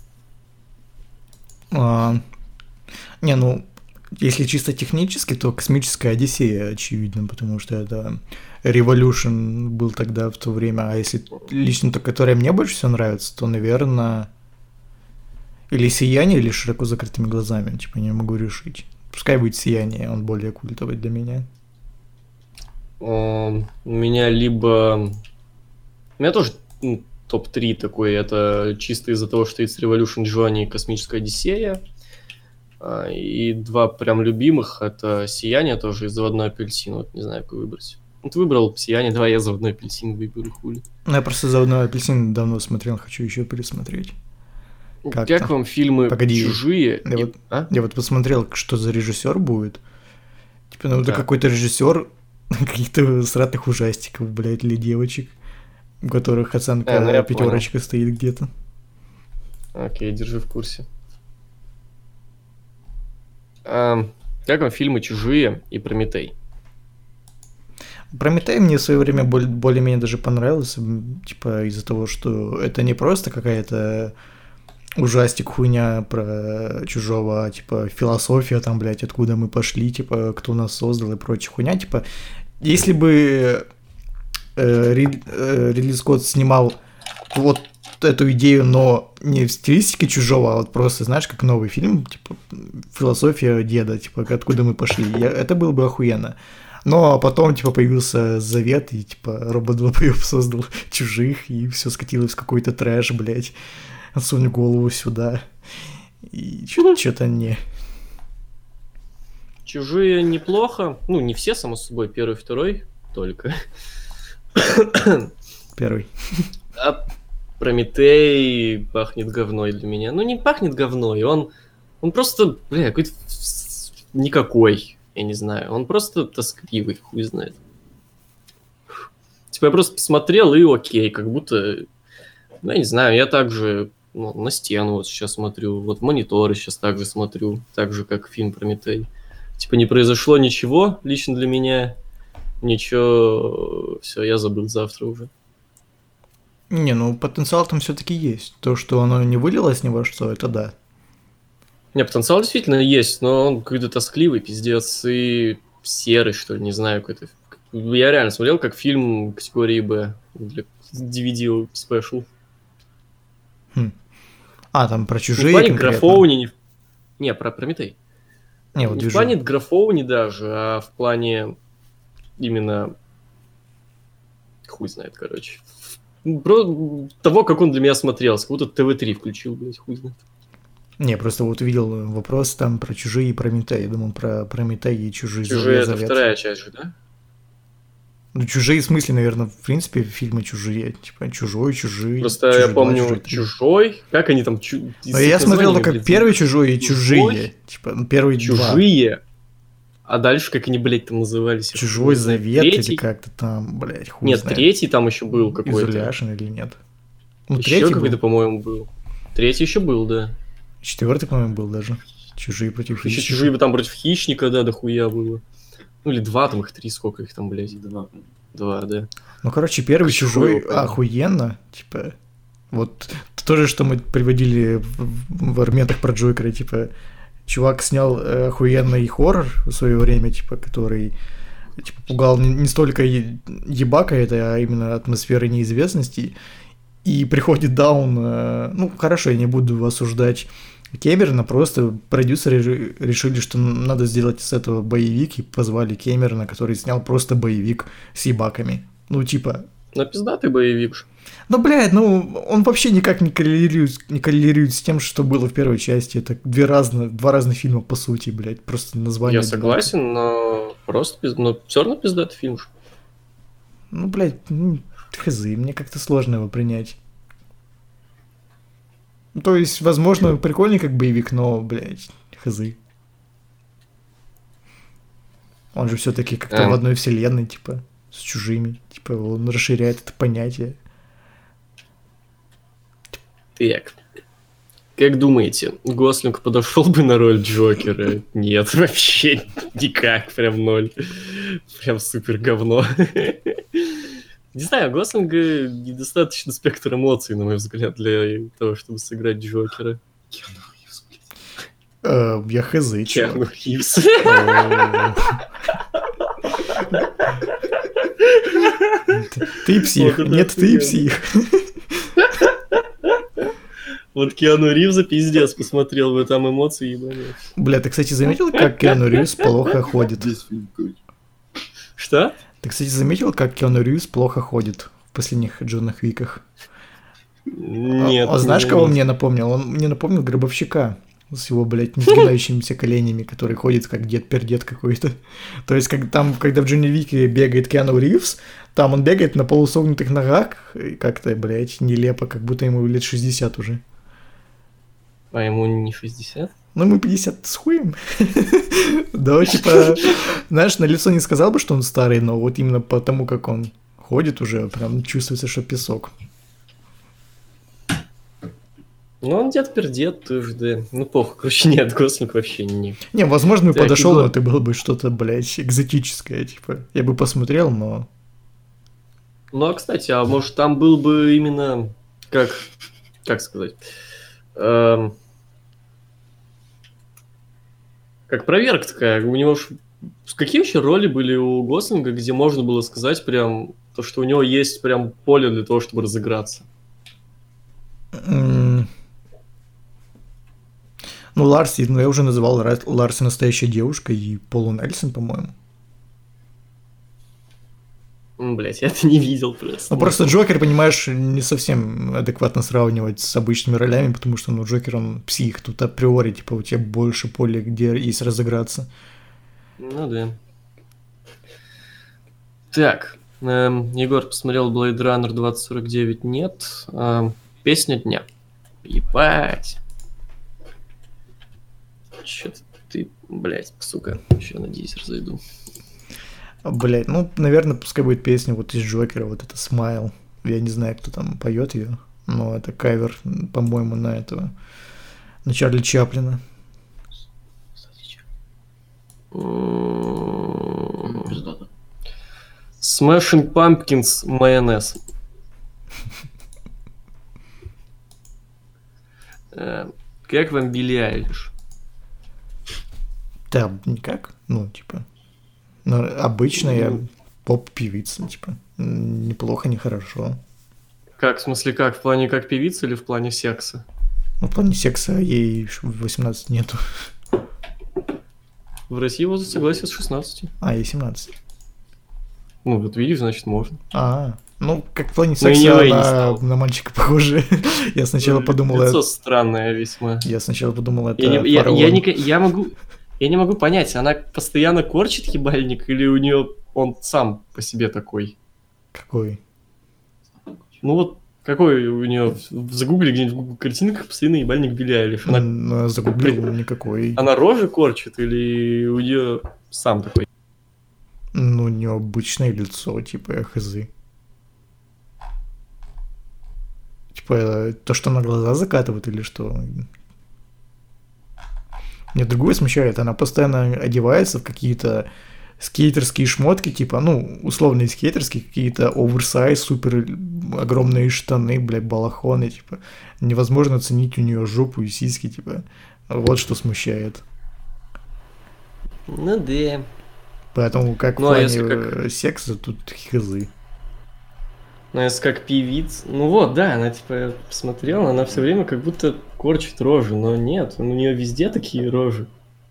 Не, ну, если чисто технически, то «Космическая Одиссея», очевидно, потому что это Revolution был тогда в то время, а если лично то, которое мне больше всего нравится, то, наверное, или «Сияние», или «Широко закрытыми глазами», типа, не могу решить. Пускай будет «Сияние», он более культовый для меня. У меня либо... У меня тоже топ-3 такой, это чисто из-за того, что есть Revolution Johnny и «Космическая Одиссея». И два прям любимых, это «Сияние» тоже и «Заводной апельсин». Вот не знаю, какой выбрать. Вот выбрал «Сияние», давай я «Заводной апельсин» выберу, хули. Ну, я просто «Заводной апельсин» давно смотрел, хочу еще пересмотреть. Как вам фильмы «Чужие»? Я вот посмотрел, что за режиссер будет. Типа, ну это какой-то режиссер каких-то сратых ужастиков, блядь, или девочек, у которых оценка 5 стоит где-то. Окей, держи в курсе. Как вам фильмы «Чужие» и «Прометей»? «Прометей» мне в свое время более-менее даже понравился, типа из-за того, что это не просто какая-то ужастик, хуйня про чужого, типа философия там, блядь, откуда мы пошли, типа кто нас создал и прочая хуйня, типа если бы Ридли Скотт снимал вот эту идею, но не в стилистике чужого, а вот просто, знаешь, как новый фильм, типа философия деда, типа откуда мы пошли, это было бы охуенно. Но потом, типа, появился Завет, и, типа, Робот Долбоёб создал Чужих, и все скатилось в какой-то трэш, блядь. Отсунь голову сюда. И что-то не... «Чужие» неплохо. Ну, не все, само собой, первый, второй только. Первый. А «Прометей» пахнет говной для меня. Ну, не пахнет говной, он просто, бля, какой-то никакой. Я не знаю, он просто тоскливый, хуй знает. Типа я просто посмотрел и окей, как будто, ну, я не знаю, я также на стену вот сейчас смотрю, вот мониторы сейчас также смотрю, так же, как фильм «Прометей». Типа не произошло ничего лично для меня, ничего, все, я забыл завтра уже. Не, ну потенциал там все-таки есть. То, что оно не вылилось ни во что, это да. Не, потенциал действительно есть, но он какой-то тоскливый, пиздец, и серый, что ли, не знаю, какой-то. Я реально смотрел как фильм категории Б для DVD Special. Там про «Чужие» в плане конкретно? графоуни... Не, про «Прометей». Не, вот не вижу. В плане графоуни даже, а в плане именно... Хуй знает, короче. Про того, как он для меня смотрелся, как будто ТВ-3 включил, блядь, хуй знает. Не, просто вот увидел вопрос там про «Чужие» и «Прометей». Я думал про «Прометей» и «Чужие». «Чужие» — это вторая часть же, да? Ну, «Чужие» в смысле, наверное, в принципе, фильмы «Чужие». Типа «Чужой», «Чужие». Просто «Чужой я помню 2», «Чужой». Как они там... Но я смотрел только первый «Чужой» и «Чужие». Типа, первый «Чужие». А дальше, как они, блядь, там назывались? «Чужой завет» или как-то там, блядь, хуй Нет, знает. Третий там еще был какой-то. Изуляшин или нет? Ну, еще какой-то, по-моему, был. Третий еще был, да. 4-й, по-моему, был даже. «Чужие против хищника». Еще «Чужие» там против хищника, да, дохуя было. Ну или 2, там их 3, сколько их там, блядь. 2, да. Ну, короче, первый «Чужой» охуенно, типа, вот то же, что мы приводили в арментах про Джокера, типа, чувак снял охуенный хоррор в свое время, типа, который типа, пугал не столько ебака это, а именно атмосферы неизвестности, и приходит Даун, ну, хорошо, я не буду осуждать Кэмерона, просто продюсеры решили, что надо сделать с этого боевик, и позвали Кэмерона, который снял просто боевик с ебаками. Ну, типа... Ну, пиздатый боевик же. Ну, блядь, ну, он вообще никак не коррелирует с тем, что было в первой части. Это два разных фильма, по сути, блядь, просто название. Я согласен, но просто но все равно пиздатый фильм же. Ну, блядь, хз, мне как-то сложно его принять. То есть, возможно, прикольный как боевик, но, блядь, хз. Он же все-таки как-то в одной вселенной, типа, с чужими. Типа, он расширяет это понятие. Так. Как думаете, Гослинг подошел бы на роль Джокера? Нет, вообще никак, прям ноль. Прям супер говно. Не знаю, у Гослинга недостаточно спектр эмоций, на мой взгляд, для того, чтобы сыграть Джокера. Я хз, Киану Ривз. Ты псих. Нет, ты псих. Вот Киану Ривза пиздец посмотрел бы, там эмоции ебаные. Бля, ты, кстати, заметил, как Киану Ривз плохо ходит? Что? Ты, кстати, заметил, как Киану Ривз плохо ходит в последних Джонах Виках? Нет. Знаешь, кого мне напомнил? Он мне напомнил Гробовщика с его, блядь, несгибающимися коленями, который ходит как дед-пердед какой-то. То есть, когда в Джонни Вике бегает Киану Ривз, там он бегает на полусогнутых ногах, и как-то, блядь, нелепо, как будто ему лет 60 уже. А ему не 60? Ну, ему 50 с хуем. Да, типа, знаешь, на лицо не сказал бы, что он старый, но вот именно потому, как он ходит уже, прям чувствуется, что песок. Ну, он дед-пердед тоже, да. Ну, похуй, короче, нет, Гослинг вообще не... Не, возможно, бы Так, подошел, но это было бы что-то, блядь, экзотическое, типа. Я бы посмотрел, но... Ну, а, кстати, а может, там был бы именно... Как сказать? Как проверка такая. У него какие вообще роли были у Гослинга, где можно было сказать прям то, что у него есть прям поле для того, чтобы разыграться? Ну, Ларси, я уже называл Ларси настоящая девушка и Полу Нельсон, по-моему. Блять, я это не видел просто. Ну, просто Джокер, понимаешь, не совсем адекватно сравнивать с обычными ролями, потому что, ну, Джокер, он псих, тут априори, типа, у тебя больше поля, где есть разыграться. Ну, да. Так, Егор посмотрел Blade Runner 2049, нет. Песня дня. Ебать. Чё-то ты, блять, сука, еще, надеюсь, разойду. Блять, ну, наверное, пускай будет песня вот из Джокера, вот это «Смайл». Я не знаю, кто там поет ее, но это кавер, по-моему, на этого, на Чарли Чаплина. Smashing Pumpkins, майонез. Как вам Билли Айлиш? Да, никак, ну, типа... Ну, обычная поп-певица, типа, неплохо, нехорошо. Как, в смысле, как? В плане как певица или в плане секса? Ну, в плане секса ей 18 нету. В России возраст согласия с 16. А, ей 17. Ну, вот видишь, значит, можно. Ну, как в плане секса она на мальчика похожа. Я сначала подумал... Лицо странное весьма. Я сначала подумал, это Я не могу понять, она постоянно корчит ебальник или у нее он сам по себе такой? Какой? Ну вот, какой у нее загугли где-нибудь в Google картинках постоянно ебальник Билли Айлиш. Она загуглил никакой. Она рожи корчит или у нее сам такой? Ну, у нее обычное лицо, типа хз. Типа то, что на глаза закатывает или что? Мне другое смущает, она постоянно одевается в какие-то скейтерские шмотки, типа, ну, условные скейтерские, какие-то оверсайз, супер огромные штаны, блядь, балахоны, типа, невозможно оценить у нее жопу и сиськи, типа, вот что смущает. Ну да. Поэтому как в плане секса тут хз. Ну, если как певица... Ну вот, да, она, типа, я посмотрела, она все время как будто корчит рожи, но нет, у нее везде такие рожи.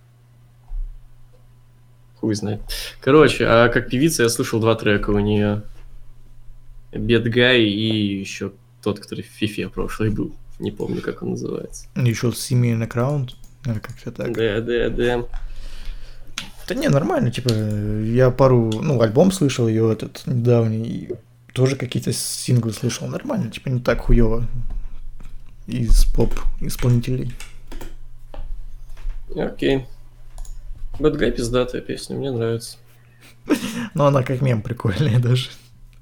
Хуй знает. Короче, а как певица я слышал 2 трека у нее. Bad Guy и еще тот, который в Фифе прошлый был. Не помню, как он называется. Еще See Me in the Crown? Как-то так. Да. Да не, нормально, типа, я альбом слышал ее этот недавний, тоже какие-то синглы слышал, нормально, типа, не так хуёво из поп-исполнителей. Окей. Bad Guy пиздатая песня, мне нравится. Но она как мем прикольная даже.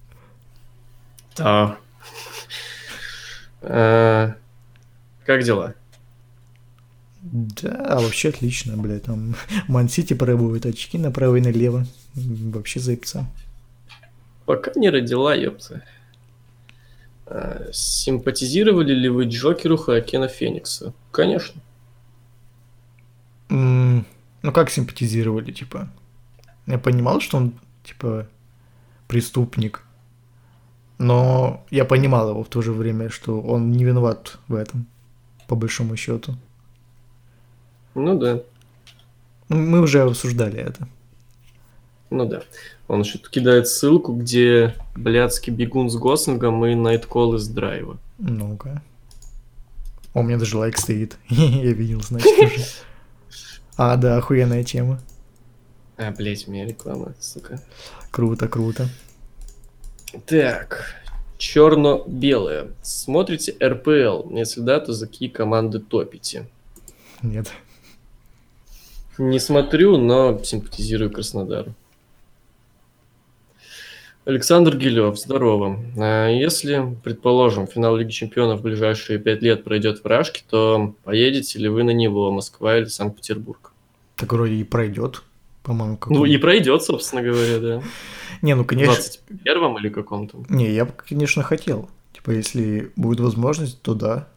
Да. Как дела? Да, вообще отлично, блядь. Там Ман-Сити пробует очки направо и налево. Вообще заебца. Пока не родила, ёпта. Симпатизировали ли вы Джокеру Хоакина Феникса? Конечно. Ну как симпатизировали, типа? Я понимал, что он, типа, преступник. Но я понимал его в то же время, что он не виноват в этом, по большому счету. Ну да. Мы уже обсуждали это. Ну да. Он еще кидает ссылку, где блядский бегун с Гослингом и Найткол из Драйва. Ну-ка. О, у меня даже лайк стоит. Я видел, значит, уже. А, да, охуенная тема. Блять, у меня реклама, сука. Круто, круто. Так, черно-белое. Смотрите РПЛ? Если да, то за какие команды топите? Нет. Не смотрю, но симпатизирую Краснодару. Александр Гилев, здорово. Если, предположим, финал Лиги Чемпионов в ближайшие 5 лет пройдет в Рашке, то поедете ли вы на него, Москва или Санкт-Петербург? Так вроде и пройдет, по-моему. Ну и пройдет, собственно говоря, да. Не, ну В конечно. 21-м или каком-то? Не, я бы, конечно, хотел. Типа, если будет возможность, то да.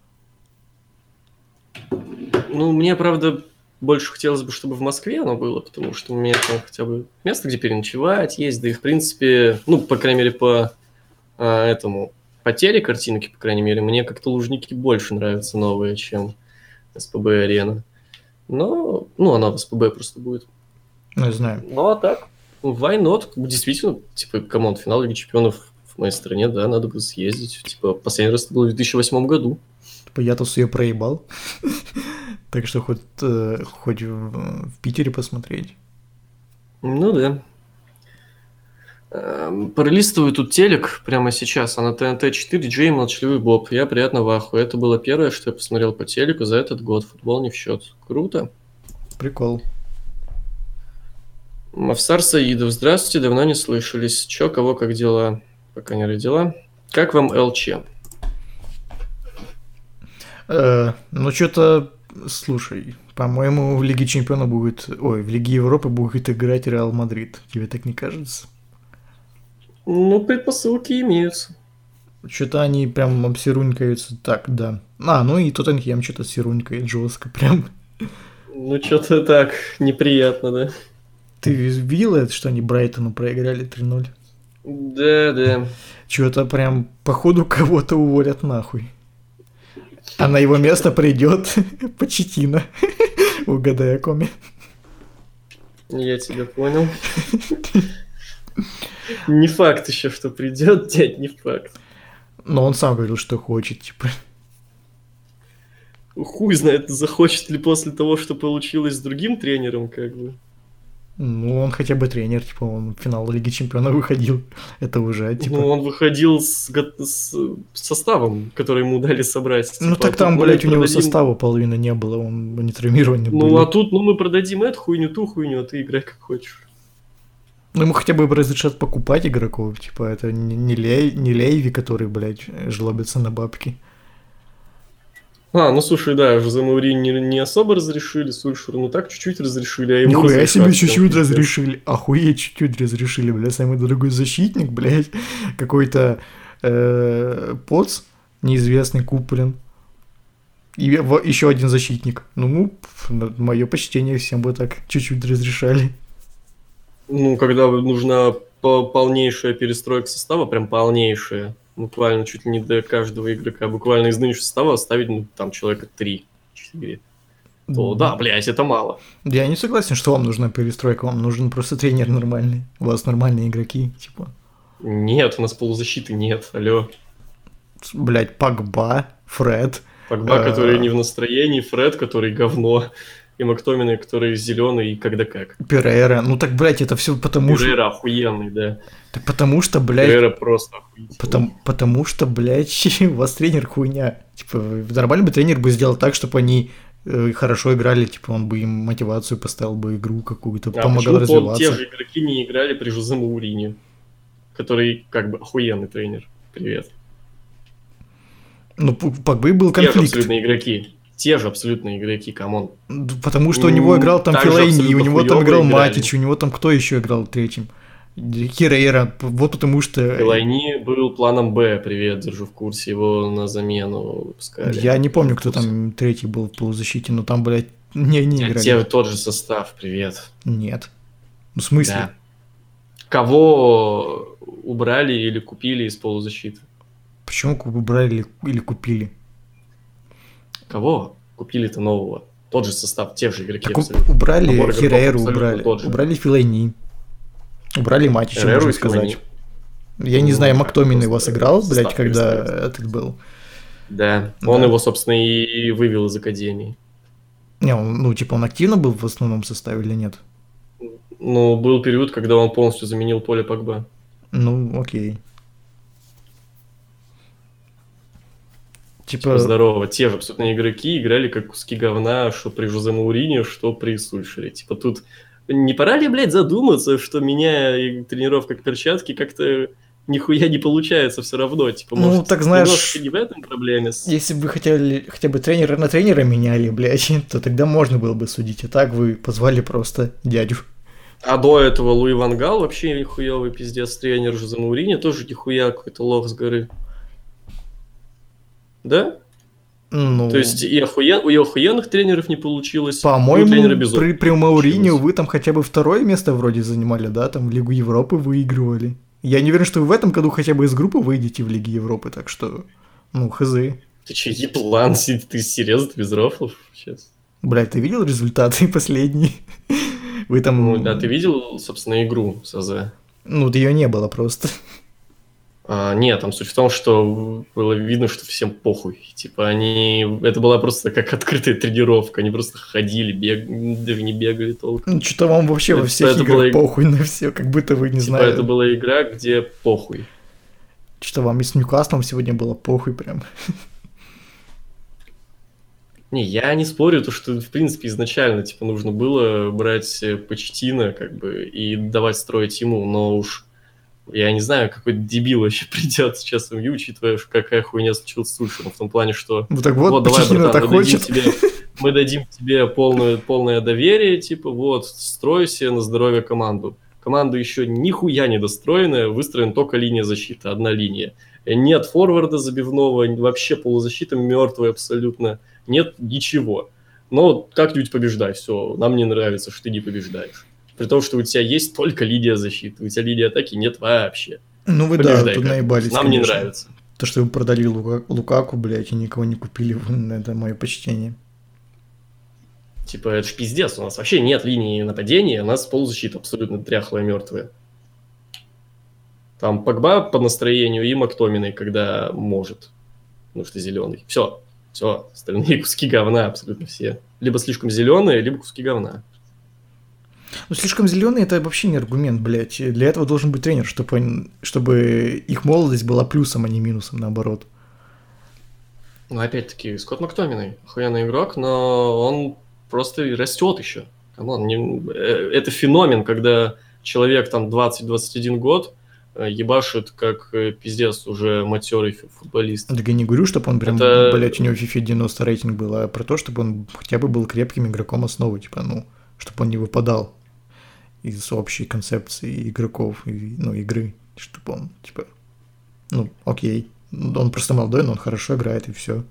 Ну, мне, правда, больше хотелось бы, чтобы в Москве оно было, потому что у меня там хотя бы место, где переночевать есть, да и, в принципе, ну, по крайней мере, по по телекартинке, по крайней мере, мне как-то Лужники больше нравятся новые, чем СПБ-арена. Но, ну, она в СПБ просто будет. Ну, я знаю. Ну, а так, why not? Действительно, типа, камон, финал Лиги Чемпионов в моей стране, да, надо бы съездить. Типа, последний раз это было в 2008 году. Типа, я-то ее проебал. Так что хоть в Питере посмотреть. Ну да. Пролистываю тут телек прямо сейчас, а на ТНТ-4 Джей Молчаливый Боб. Я приятно в ахуе. Это было первое, что я посмотрел по телеку за этот год. Футбол не в счет. Круто. Прикол. Мавсар Саидов. Здравствуйте, давно не слышались. Чё, кого, как дела? Пока не родила. Как вам ЛЧ? Ну, что-то, слушай, по-моему, в Лиге Чемпионов будет... Ой, в Лиге Европы будет играть Реал Мадрид. Тебе так не кажется? Ну, предпосылки имеются. Что-то они прям обсерунькаются так, да. Ну и Тоттенхем что-то серунькает жестко прям. Ну, что-то так неприятно, да? Ты видел это, что они Брайтону проиграли 3-0? Да. Что-то прям, походу, кого-то уволят нахуй. А на его место придет Почетина. Угадай, о коме. Я тебя понял. Не факт еще, что придет, дядь, не факт. Но он сам говорил, что хочет, типа. Хуй знает, захочет ли после того, что получилось с другим тренером, как бы. Ну, он хотя бы тренер, типа, он в финал Лиги Чемпионов выходил. Это уже, типа... Ну, он выходил с составом, который ему дали собрать. Ну, типа, так там, мы блядь, у него продадим... состава половины не было, он не травмированный был. Ну, а тут, мы продадим эту хуйню, ту хуйню, а ты играй как хочешь. Ну, ему хотя бы разрешат покупать игроков, типа, это не Лейви, который, блядь, жлобится на бабки. Ну слушай, да, Жозе Мауриньо не особо разрешили, Сульшеру, ну так чуть-чуть разрешили, а ему Нихуя себе разрешат, чуть-чуть прям, разрешили. Охуеть, чуть-чуть разрешили, блядь, самый дорогой защитник, блядь, какой-то Поц, неизвестный, куплен. И еще один защитник. Ну, мое почтение, всем бы так чуть-чуть разрешали. Ну, когда нужна полнейшая перестройка состава, прям полнейшая, буквально чуть ли не до каждого игрока, буквально из нынешнего состава оставить, ну, там, человека 3-4, то да, блядь, это мало. Я не согласен, что вам нужна перестройка, вам нужен просто тренер нормальный, у вас нормальные игроки, типа. Нет, у нас полузащиты нет, алло. Блядь, Погба, Фред. Погба, который не в настроении, Фред, который говно, и Мактоминой, который зеленый и когда как. Перейра, ну так, блядь, это все потому что... Перейра охуенный, да. Так потому что, блядь... Перейра просто охуенный. Потому что, блядь, у вас тренер хуйня. Типа, нормальный бы тренер бы сделал так, чтобы они хорошо играли, типа он бы им мотивацию поставил бы, игру какую-то, А помогал почему те развиваться. же игроки не играли при Жозе Мауриньо, который как бы охуенный тренер? Привет. Ну, у Погбы был Те же конфликт. абсолютно игроки. Те же абсолютно игроки, камон. Потому что у него играл там Так же Фелайни, у абсолютно него там хуёво играл играли. Матич, у него там кто еще играл третьим? Херейра, вот потому что... Фелайни был планом Б, привет, держу в курсе, его на замену выпускали. Я не помню, кто там третий был в полузащите, но там, блядь, не играли. Те тот же состав, привет. Нет. Ну, в смысле? Да. Кого убрали или купили из полузащиты? Почему убрали или купили? Кого купили-то нового? Тот же состав, те же игроки Так абсолютно. убрали Набор игроков Херейру, абсолютно тот же. убрали Фелайни, убрали Матича, Херейру можно и сказать. Фелайни. Я не знаю, как Мактомин его просто сыграл, состав блядь, когда переставить. этот был. Да, Да. он его, собственно, и вывел из академии. Не, он, ну, типа, он активно был в основном составе или нет? Ну, был период, когда он полностью заменил Поля Погба. Ну, окей. Типа, Типа, здорово. Те же абсолютно игроки играли как куски говна, что при Жозе Мауриньо, что при Сульшере. Типа тут не пора ли, блядь, задуматься, что меня тренировка как перчатки как-то нихуя не получается все равно. Типа, Ну, может, так знаешь, немножко не в этом проблеме. если бы вы хотели хотя бы тренера на тренера меняли, блядь, то тогда можно было бы судить. А так вы позвали просто дядю. А до этого Луи Ван Гал вообще нихуевый пиздец тренер, Жозе Мауриньо тоже нихуя какой-то лох с горы. Да? Ну, То есть и у охуенных тренеров не получилось, и у тренера по-моему, без при опыта Мауриньо получилось. вы там хотя бы второе место вроде занимали, да? Там Лигу Европы выигрывали. Я не уверен, что вы в этом году хотя бы из группы выйдете в Лиге Европы, так что, ну, хз. Ты че, еблан, ты серьезно, ты без рофлов сейчас? Блядь, ты видел результаты последние? Вы там... Ну да, ты видел, собственно, игру с АЗ? Ну, ее не было просто. Нет, там суть в том, что было видно, что всем похуй. Типа это была просто как открытая тренировка, они просто ходили, даже не бегали толком. Ну, что-то вам вообще во Это всех играх было- похуй на все, как будто вы не Типа знаете. это была игра, где похуй. Что вам и с Ньюкаслом сегодня было похуй прям. Не, я не спорю, то, что, в принципе, изначально, типа, нужно было брать Почтина, как бы, и давать строить ему, но уж я не знаю, какой дебил вообще придет сейчас в МЮ, учитывая, какая хуйня случилась с Сульшером, в том плане, что Вот так вот, давай, Почтина братан, так хочет. мы дадим тебе полное доверие, типа, вот, стройся на здоровье команду. Команда еще нихуя не достроенная, выстроена только линия защиты, одна линия. Нет форварда забивного, вообще полузащита мертвая абсолютно, нет ничего. Но как-нибудь побеждай, все, нам не нравится, что ты не побеждаешь. При том, что у тебя есть только линия защиты, у тебя линии атаки нет вообще. Ну вы да, Побеждай тут как-нибудь, наебались, нам конечно. не нравится. То, что вы продали Лукаку, блядь, и никого не купили, это мое почтение. Типа, это ж пиздец, у нас вообще нет линии нападения, у нас полузащита абсолютно дряхлая, мертвая. Там Погба по настроению и Мактоминой, когда может. Потому что зеленый. Все. Остальные куски говна абсолютно все. Либо слишком зеленые, либо куски говна. Ну, слишком зеленый это вообще не аргумент, блядь. Для этого должен быть тренер, чтобы их молодость была плюсом, а не минусом, наоборот. Но опять-таки, Скотт Мактоминой охуенный игрок, но он просто растет еще. Это феномен, когда человек там 20-21 год ебашит как пиздец уже матерый футболист. Так я не говорю, чтобы он прям, Это- блядь, у него в FIFA 90 рейтинг был, а про то, чтобы он хотя бы был крепким игроком основы, типа, ну, чтобы он не выпадал из общей концепции игроков, игры, чтобы он, типа, ну, окей, он просто молодой, но он хорошо играет, и все.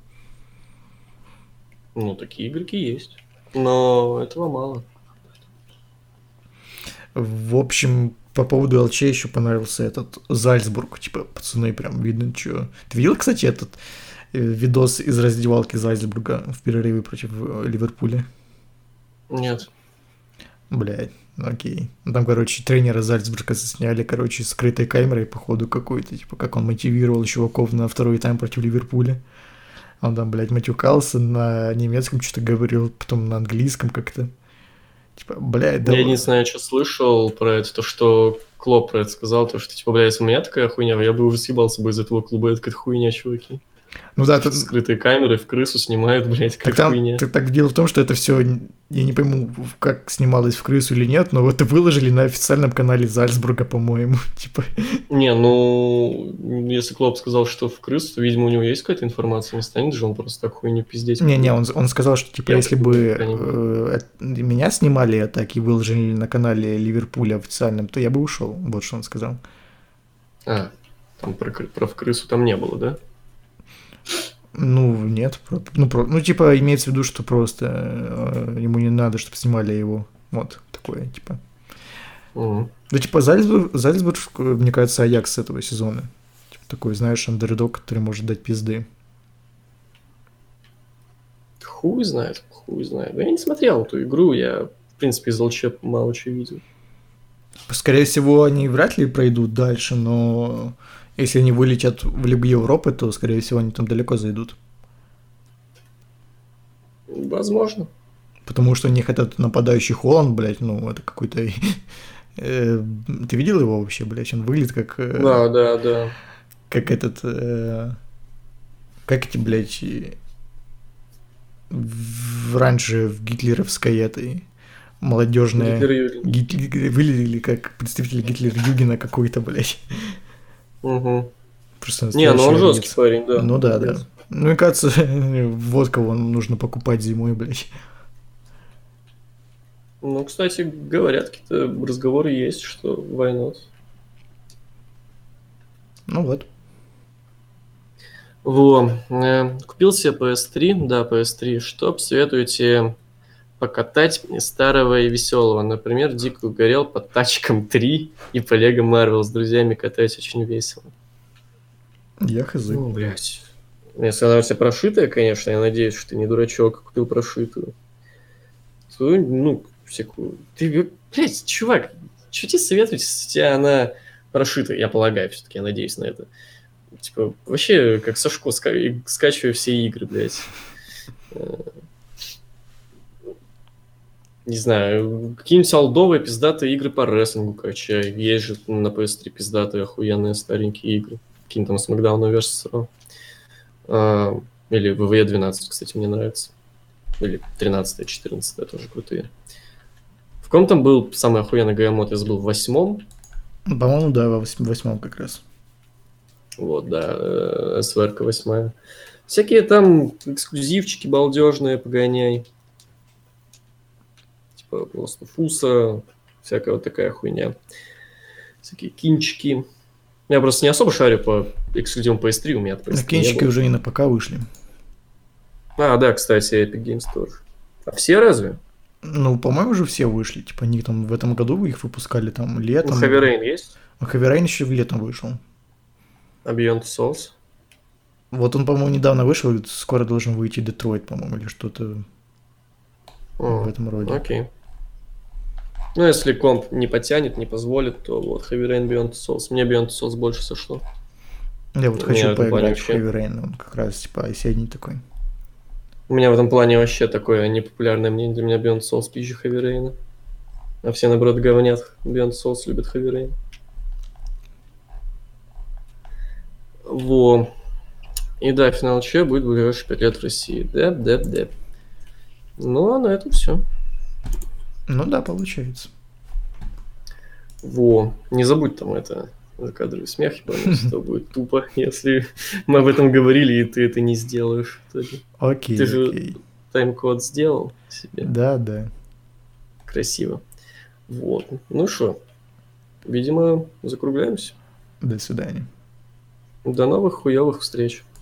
Ну, такие игроки есть. Но этого мало. В общем, по поводу ЛЧ еще понравился этот Зальцбург, типа, пацаны, прям видно, что. Ты видел, кстати, этот видос из раздевалки Зальцбурга в перерыве против Ливерпуля? Нет. Блядь, окей. Там, короче, тренера Зальцбурга засняли, короче, скрытой камерой, походу, какой-то, типа, как он мотивировал чуваков на второй тайм против Ливерпуля. Он там, блядь, матюкался на немецком, что-то говорил, потом на английском как-то. Типа, блядь, да. Я единственное, что слышал про это, то, что Клоп про это сказал, то, что, типа, блядь, если у меня такая хуйня, я бы уже съебался бы из этого клуба, это какая-то хуйня, чуваки. Ну да, тут... Скрытые камеры в крысу снимают, блядь, как Так, хуйня. так дело в том, что это все, я не пойму, как снималось в крысу или нет, но это выложили на официальном канале Зальцбурга, по-моему. Типа. Не, ну, если Клоп сказал, что в крысу, то, видимо, у него есть какая-то информация, не станет же он просто так хуйню пиздеть. Не, он сказал, что, типа, Я если так бы думаю, меня снимали атаки и выложили на канале Ливерпуля официальном, то я бы ушел. Вот что он сказал. А, там про в крысу там не было, да? Ну, нет. Ну, типа, имеется в виду, что просто ему не надо, чтобы снимали его. Вот, такое, типа. Угу. Да, типа, Зальцбург, мне кажется, Аякс этого сезона. Типа, такой, знаешь, андердог, который может дать пизды. Хуй знает. Да я не смотрел эту игру, я, в принципе, из ЛЧ мало чего видел. Скорее всего, они вряд ли пройдут дальше, но если они вылетят в Лигу Европы, то, скорее всего, они там далеко зайдут. Возможно. Потому что у них этот нападающий Холланд, блядь, ну, это какой-то... Ты видел его вообще, блядь? Он выглядит как... Да. Как этот... Как эти, блядь... Раньше в гитлеровской этой... молодежные выглядели как представители Гитлер-Югена какой-то, блядь. Угу. Просто Не, ну он жесткий парень, да. Ну да. Ну, мне кажется, вот кого нужно покупать зимой, блядь. Ну, кстати, говорят, какие-то разговоры есть, что why not. Ну вот. Купил себе PS3, да, PS3. Что посоветуете покатать старого и веселого? Например, дико угорел по тачкам 3 и по Лего Марвел с друзьями катаюсь очень весело. Я хз. Ну, блядь. Если она у тебя прошитая, конечно, я надеюсь, что ты не дурачок, купил прошитую. Ну, всякую. Ты, блядь, чувак, что тебе советовать, если у тебя она прошитая? Я полагаю, все-таки, я надеюсь на это. Типа, вообще, как Сашко, скачиваю все игры, блядь. Не знаю, какие-нибудь олдовые пиздатые игры по рестлингу качай. Есть же на PS3 пиздатые охуенные старенькие игры. Какие-то там SmackDown vs. Raw. Или WWE 12, кстати, мне нравится. Или 13, 14 тоже крутые. В каком там был самый охуенный ГМОД? Я забыл, в 8-м? По-моему, да, в 8-м как раз. Вот, да, СВР-ка 8-я. Всякие там эксклюзивчики балдежные погоняй. Типа Lost of Us, всякая вот такая хуйня. Всякие кинчики. Я просто не особо шарю по эксклюзивам PS3, у меня от PS3 кинчики уже и на ПК вышли. А, да, кстати, Epic Games тоже. А все разве? Ну, по-моему, уже все вышли. Типа, они там в этом году их выпускали там летом. Heavy Rain есть? Heavy Rain еще в летом вышел. А Beyond Souls? Вот он, по-моему, недавно вышел, скоро должен выйти Детройт, по-моему, или что-то в этом роде. Окей. Ну, если комп не потянет, не позволит, то вот Heavy Rain Beyond Souls. Мне Beyond Souls больше сошло. Я вот хочу поиграть в вообще... Heavy Rain, он как раз типа осенний такой. У меня в этом плане вообще такое непопулярное мнение. Для меня Beyond Souls пизже Heavy Rain. А все, наоборот, говорят, Beyond Souls любят Heavy Rain. Во. И да, финал ЧЕ будет в ближайшие 5 лет в России. Да. Ну, а на этом все. Ну да, получается. Во. Не забудь там это, закадровый смех, это будет тупо, если мы об этом говорили, и ты это не сделаешь. Окей, ты же тайм-код сделал себе. Да. Красиво. Вот. Ну что, видимо, закругляемся. До свидания. До новых хуёвых встреч.